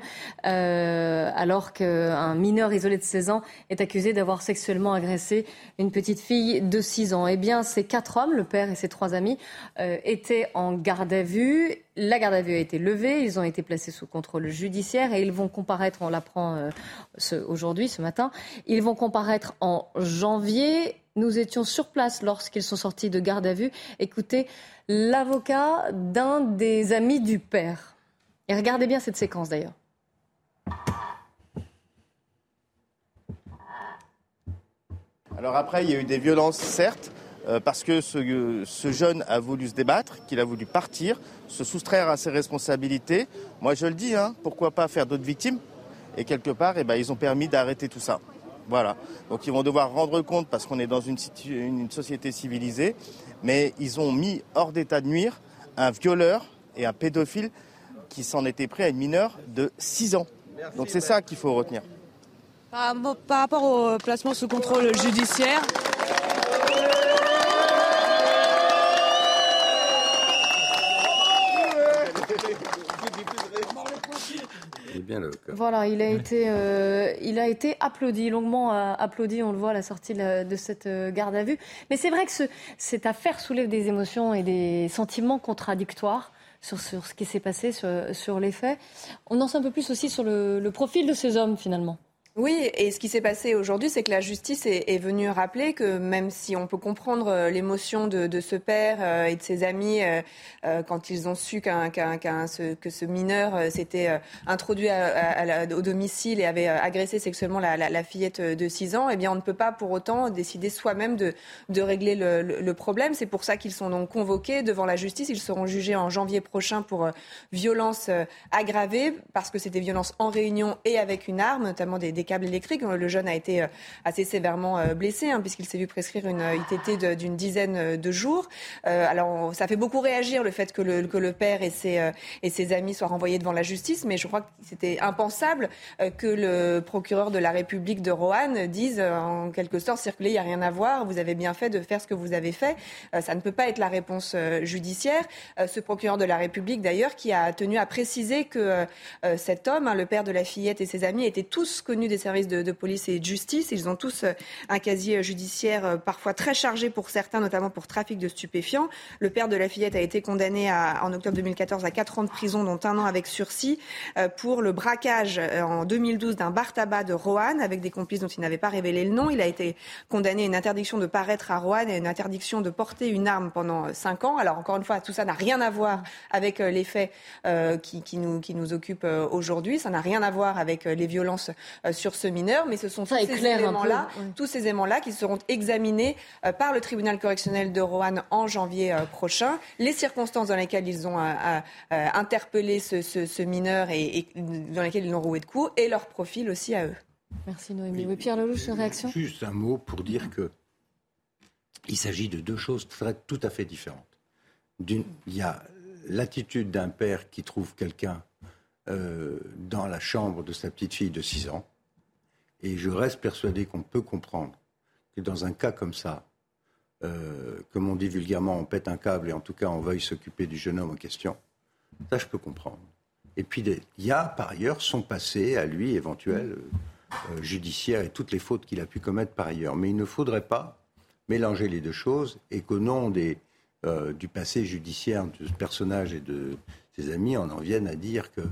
alors qu'un mineur isolé de 16 ans est accusé d'avoir sexuellement agressé une petite fille de 6 ans. Eh bien, ces 4 hommes, le père et ses 3 amis, étaient en garde à vue. La garde à vue a été levée, ils ont été placés sous contrôle judiciaire et ils vont comparaître, on l'apprend aujourd'hui, ce matin, ils vont comparaître en janvier. Nous étions sur place lorsqu'ils sont sortis de garde à vue. Écoutez l'avocat d'un des amis du père. Et regardez bien cette séquence d'ailleurs. Alors après, il y a eu des violences, certes, parce que ce jeune a voulu se débattre, qu'il a voulu partir, se soustraire à ses responsabilités. Moi, je le dis, pourquoi pas faire d'autres victimes? Et quelque part, ils ont permis d'arrêter tout ça. Voilà. Donc ils vont devoir rendre compte parce qu'on est dans une société civilisée, mais ils ont mis hors d'état de nuire un violeur et un pédophile qui s'en était pris à une mineure de 6 ans. Donc c'est ça qu'il faut retenir. Par rapport au placement sous contrôle judiciaire, voilà, il a été applaudi, longuement applaudi, on le voit à la sortie de cette garde à vue. Mais c'est vrai que cette affaire soulève des émotions et des sentiments contradictoires sur ce qui s'est passé, sur les faits. On en sait un peu plus aussi sur le profil de ces hommes, finalement. Oui, et ce qui s'est passé aujourd'hui, c'est que la justice est venue rappeler que même si on peut comprendre l'émotion de ce père et de ses amis quand ils ont su que ce mineur s'était introduit au domicile et avait agressé sexuellement la fillette de 6 ans, eh bien on ne peut pas pour autant décider soi-même de régler le problème. C'est pour ça qu'ils sont donc convoqués devant la justice. Ils seront jugés en janvier prochain pour violences aggravées, parce que c'est des violences en réunion et avec une arme, notamment des câbles électriques. Le jeune a été assez sévèrement blessé, puisqu'il s'est vu prescrire une ITT d'une dizaine de jours. Alors, ça fait beaucoup réagir le fait que le père et ses amis soient renvoyés devant la justice, mais je crois que c'était impensable que le procureur de la République de Roanne dise en quelque sorte circuler, il n'y a rien à voir, vous avez bien fait de faire ce que vous avez fait. Ça ne peut pas être la réponse judiciaire. Ce procureur de la République, d'ailleurs, qui a tenu à préciser que cet homme, le père de la fillette et ses amis, étaient tous connus des services de police et de justice. Ils ont tous un casier judiciaire parfois très chargé pour certains, notamment pour trafic de stupéfiants. Le père de la fillette a été condamné en octobre 2014 à 4 ans de prison, dont 1 an avec sursis, pour le braquage en 2012 d'un bar-tabac de Roanne avec des complices dont il n'avait pas révélé le nom. Il a été condamné à une interdiction de paraître à Roanne et à une interdiction de porter une arme pendant 5 ans. Alors encore une fois, tout ça n'a rien à voir avec les faits qui nous occupent aujourd'hui. Ça n'a rien à voir avec les violences sur ce mineur, mais ce sont tous ces éléments-là qui seront examinés par le tribunal correctionnel de Roanne en janvier prochain. Les circonstances dans lesquelles ils ont interpellé ce mineur et dans lesquelles ils l'ont roué de coups, et leur profil aussi à eux. Merci Noémie. Oui, Pierre Lelouch, une réaction ? Juste un mot pour dire qu'il s'agit de 2 choses tout à fait différentes. Il y a l'attitude d'un père qui trouve quelqu'un dans la chambre de sa petite fille de 6 ans. Et je reste persuadé qu'on peut comprendre que dans un cas comme ça, comme on dit vulgairement, on pète un câble et en tout cas on veuille s'occuper du jeune homme en question. Ça, je peux comprendre. Et puis, il y a par ailleurs son passé à lui éventuel, judiciaire et toutes les fautes qu'il a pu commettre par ailleurs. Mais il ne faudrait pas mélanger les 2 choses et qu'au nom du passé judiciaire de ce personnage et de ses amis, on en vienne à dire que...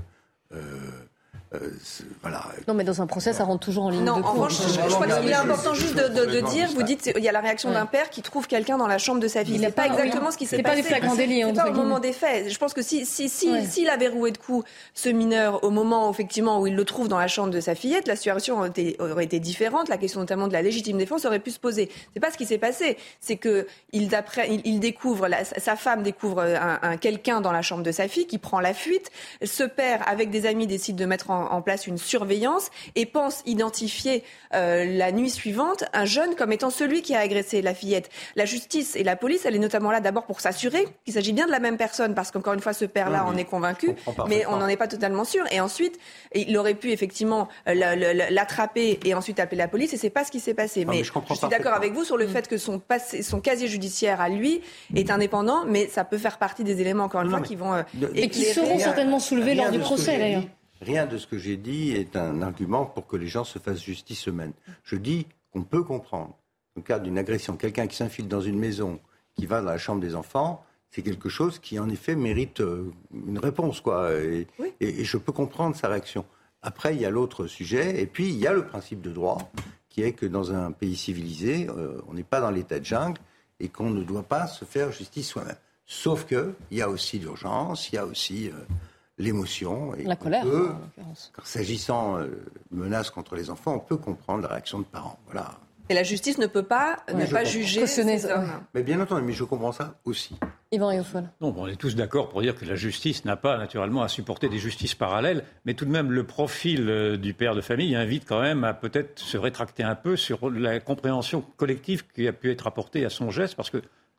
voilà. Non, mais dans un procès, ça rentre toujours en ligne de compte. En revanche, je crois qu'il est important juste de dire, vous dites, il y a la réaction d'un père qui trouve quelqu'un dans la chambre de sa fille. C'est pas exactement ce qui s'est passé. C'est pas des flagrants délits. C'est pas au moment des faits. Je pense que s'il avait roué de coups ce mineur au moment effectivement où il le trouve dans la chambre de sa fillette, la situation aurait été différente. La question notamment de la légitime défense aurait pu se poser. C'est pas ce qui s'est passé. C'est que il découvre, sa femme découvre quelqu'un dans la chambre de sa fille qui prend la fuite. Ce père, avec des amis, décide de mettre en place une surveillance et pense identifier la nuit suivante un jeune comme étant celui qui a agressé la fillette. La justice et la police, elle est notamment là d'abord pour s'assurer qu'il s'agit bien de la même personne, parce qu'encore une fois, ce père-là en est convaincu, mais on n'en est pas totalement sûr. Et ensuite, il aurait pu effectivement l'attraper et ensuite appeler la police, et c'est pas ce qui s'est passé. Mais je suis d'accord avec vous sur le fait que son casier judiciaire à lui est indépendant, mais ça peut faire partie des éléments, encore une fois, qui vont et qui seront certainement soulevés lors du procès, d'ailleurs. Rien de ce que j'ai dit est un argument pour que les gens se fassent justice eux-mêmes. Je dis qu'on peut comprendre, dans le cadre d'une agression, quelqu'un qui s'infile dans une maison, qui va dans la chambre des enfants, c'est quelque chose qui, en effet, mérite une réponse, quoi. Et je peux comprendre sa réaction. Après, il y a l'autre sujet, et puis il y a le principe de droit, qui est que dans un pays civilisé, on n'est pas dans l'état de jungle, et qu'on ne doit pas se faire justice soi-même. Sauf qu'il y a aussi l'urgence, il y a aussi... l'émotion. Et la colère, en l'occurrence. S'agissant de menaces contre les enfants, on peut comprendre la réaction de parents. Voilà. Et la justice ne peut pas ne pas juger ces hommes. Mais bien entendu, mais je comprends ça aussi. Yvan Rioufol. Non, on est tous d'accord pour dire que la justice n'a pas naturellement à supporter des justices parallèles, mais tout de même le profil du père de famille invite quand même à peut-être se rétracter un peu sur la compréhension collective qui a pu être apportée à son geste, parce que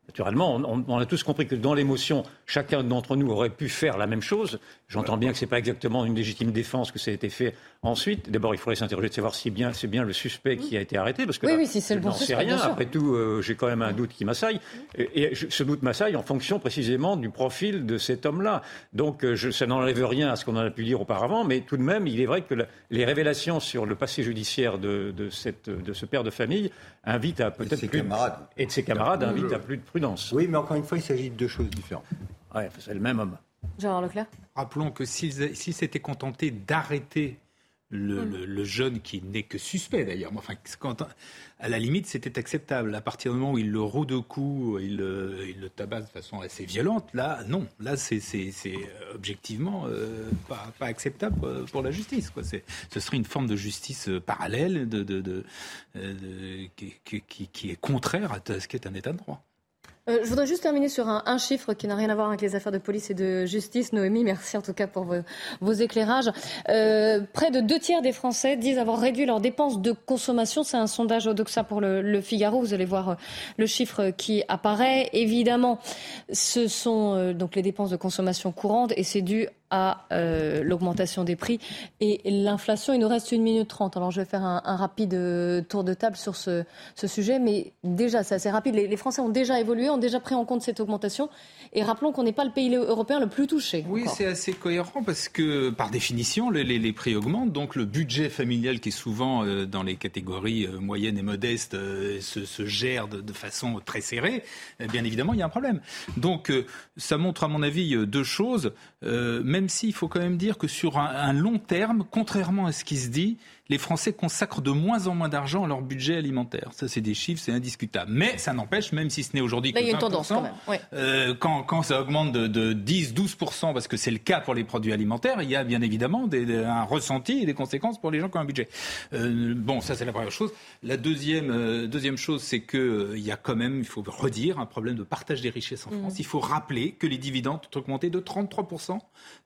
Naturellement, on a tous compris que dans l'émotion, chacun d'entre nous aurait pu faire la même chose. J'entends bien que ce n'est pas exactement une légitime défense que ça a été fait ensuite. D'abord, il faudrait s'interroger de savoir si c'est bien le suspect qui a été arrêté. Parce que si c'est le bon suspect, j'en sais rien. Après tout, j'ai quand même un doute qui m'assaille. Et ce doute m'assaille en fonction précisément du profil de cet homme-là. Donc, ça n'enlève rien à ce qu'on en a pu dire auparavant. Mais tout de même, il est vrai que les révélations sur le passé judiciaire de ce père de famille invitent à peut-être plus... Et de ses camarades invitent à plus de prudence. Oui, mais encore une fois, il s'agit de deux choses différentes. Oui, c'est le même homme. Gérard Leclerc. Rappelons que s'ils s'étaient contentés d'arrêter le jeune qui n'est que suspect d'ailleurs, enfin, à la limite c'était acceptable. À partir du moment où il le roue de coups, il le tabasse de façon assez violente, là non, là c'est objectivement pas acceptable pour la justice, quoi. Ce serait une forme de justice parallèle qui est contraire à ce qu'est un état de droit. Je voudrais juste terminer sur un chiffre qui n'a rien à voir avec les affaires de police et de justice. Noémie, merci en tout cas pour vos éclairages. Près de 2/3 des Français disent avoir réduit leurs dépenses de consommation. C'est un sondage Odoxa pour le Figaro. Vous allez voir le chiffre qui apparaît. Évidemment, ce sont donc les dépenses de consommation courante et c'est dû à l'augmentation des prix et l'inflation. Il nous reste 1 minute 30. Alors je vais faire un rapide tour de table sur ce sujet, mais déjà c'est assez rapide. Les Français ont déjà évolué, ont déjà pris en compte cette augmentation et rappelons qu'on n'est pas le pays européen le plus touché. Oui, encore. C'est assez cohérent parce que par définition les prix augmentent, donc le budget familial qui est souvent dans les catégories moyennes et modestes se gère de façon très serrée. Bien évidemment, il y a un problème. Donc ça montre à mon avis deux choses. Même s'il faut quand même dire que sur un long terme, contrairement à ce qui se dit, les Français consacrent de moins en moins d'argent à leur budget alimentaire. Ça, c'est des chiffres, c'est indiscutable. Mais ça n'empêche, même si ce n'est aujourd'hui que 20%, il y a une tendance quand même. Ouais. Quand ça augmente de 10-12%, parce que c'est le cas pour les produits alimentaires, il y a bien évidemment un ressenti et des conséquences pour les gens qui ont un budget. Bon, ça c'est la première chose. La deuxième chose, c'est qu'il y a quand même, il faut redire, un problème de partage des richesses en France. Il faut rappeler que les dividendes ont augmenté de 33%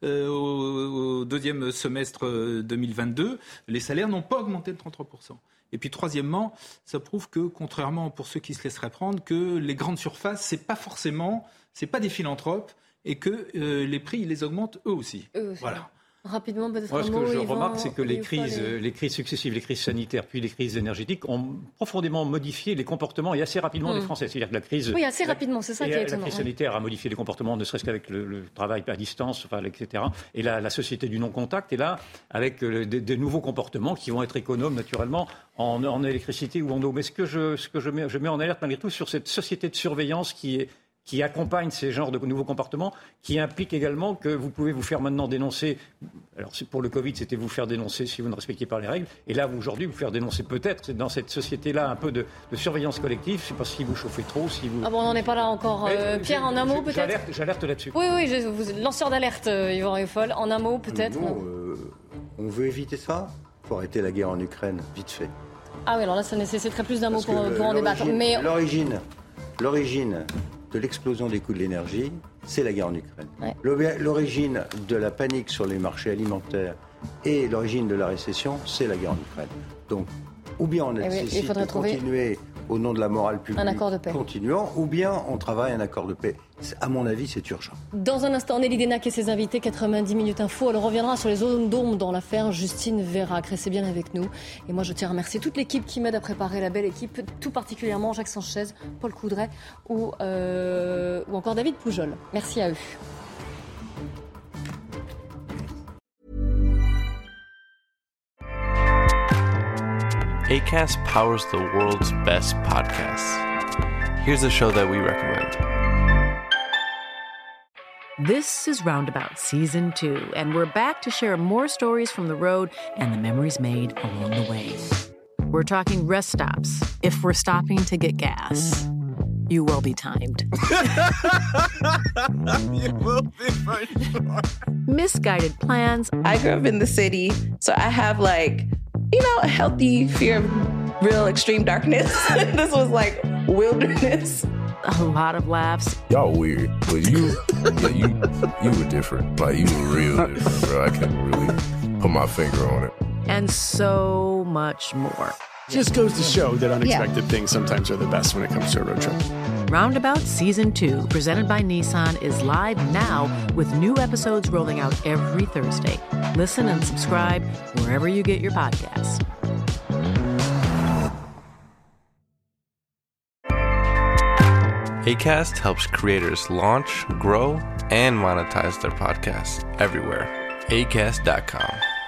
au deuxième semestre 2022. Les salaires n'ont pas augmenté de 33%. Et puis troisièmement, ça prouve que, contrairement pour ceux qui se laisseraient prendre, que les grandes surfaces, c'est pas des philanthropes et que les prix, ils les augmentent eux aussi. Voilà. Rapidement, peut-être Moi, un ce mot. que je remarque, c'est que les crises successives, les crises sanitaires, puis les crises énergétiques, ont profondément modifié les comportements et assez rapidement des Français. C'est-à-dire que la crise... Oui, assez rapidement, c'est ça qui est étonnant. La crise sanitaire a modifié les comportements, ne serait-ce qu'avec le travail à distance, etc. Et la société du non-contact est là, avec des nouveaux comportements qui vont être économes, naturellement, en électricité ou en eau. Mais ce que je mets en alerte, malgré tout, sur cette société de surveillance qui accompagne ces genres de nouveaux comportements, qui implique également que vous pouvez vous faire maintenant dénoncer. Alors pour le Covid, c'était vous faire dénoncer si vous ne respectiez pas les règles. Et là, aujourd'hui, vous faire dénoncer peut-être dans cette société-là un peu de surveillance collective. Je ne sais pas si vous chauffez trop, si vous... Ah bon, on n'en est pas là encore. Pierre, en un mot peut-être. J'alerte là-dessus. Oui, vous êtes lanceur d'alerte, Yvan Rieffol. En un mot peut-être. On veut éviter ça. Il faut arrêter la guerre en Ukraine, vite fait. Ah oui, alors là, ça nécessiterait plus d'un mot pour en débattre. Mais... L'origine de l'explosion des coûts de l'énergie, c'est la guerre en Ukraine. Ouais. L'origine de la panique sur les marchés alimentaires et l'origine de la récession, c'est la guerre en Ukraine. Donc, ou bien on nécessite de continuer au nom de la morale publique, un accord de paix. Continuant, ou bien on travaille un accord de paix. À mon avis, c'est urgent. Dans un instant, Nelly Denac et ses invités, 90 minutes info. Elle reviendra sur les zones d'ombre dans l'affaire Justine Vérac. Restez bien avec nous. Et moi, je tiens à remercier toute l'équipe qui m'aide à préparer la belle équipe, tout particulièrement Jacques Sanchez, Paul Coudray ou encore David Poujol. Merci à eux. Acast powers the world's best podcasts. Here's a show that we recommend. This is Roundabout Season 2, and we're back to share more stories from the road and the memories made along the way. We're talking rest stops, if we're stopping to get gas. You will be timed. You will be for sure. Misguided plans. I grew up in the city, so I have a healthy fear of real extreme darkness. This was like wilderness. A lot of laughs. Y'all weird, but you were different. Like, you were real different, bro. I can't really put my finger on it. And so much more. Just goes to show that unexpected things sometimes are the best when it comes to a road trip. Roundabout Season 2, presented by Nissan, is live now with new episodes rolling out every Thursday. Listen and subscribe wherever you get your podcasts. Acast helps creators launch, grow, and monetize their podcasts everywhere. Acast.com.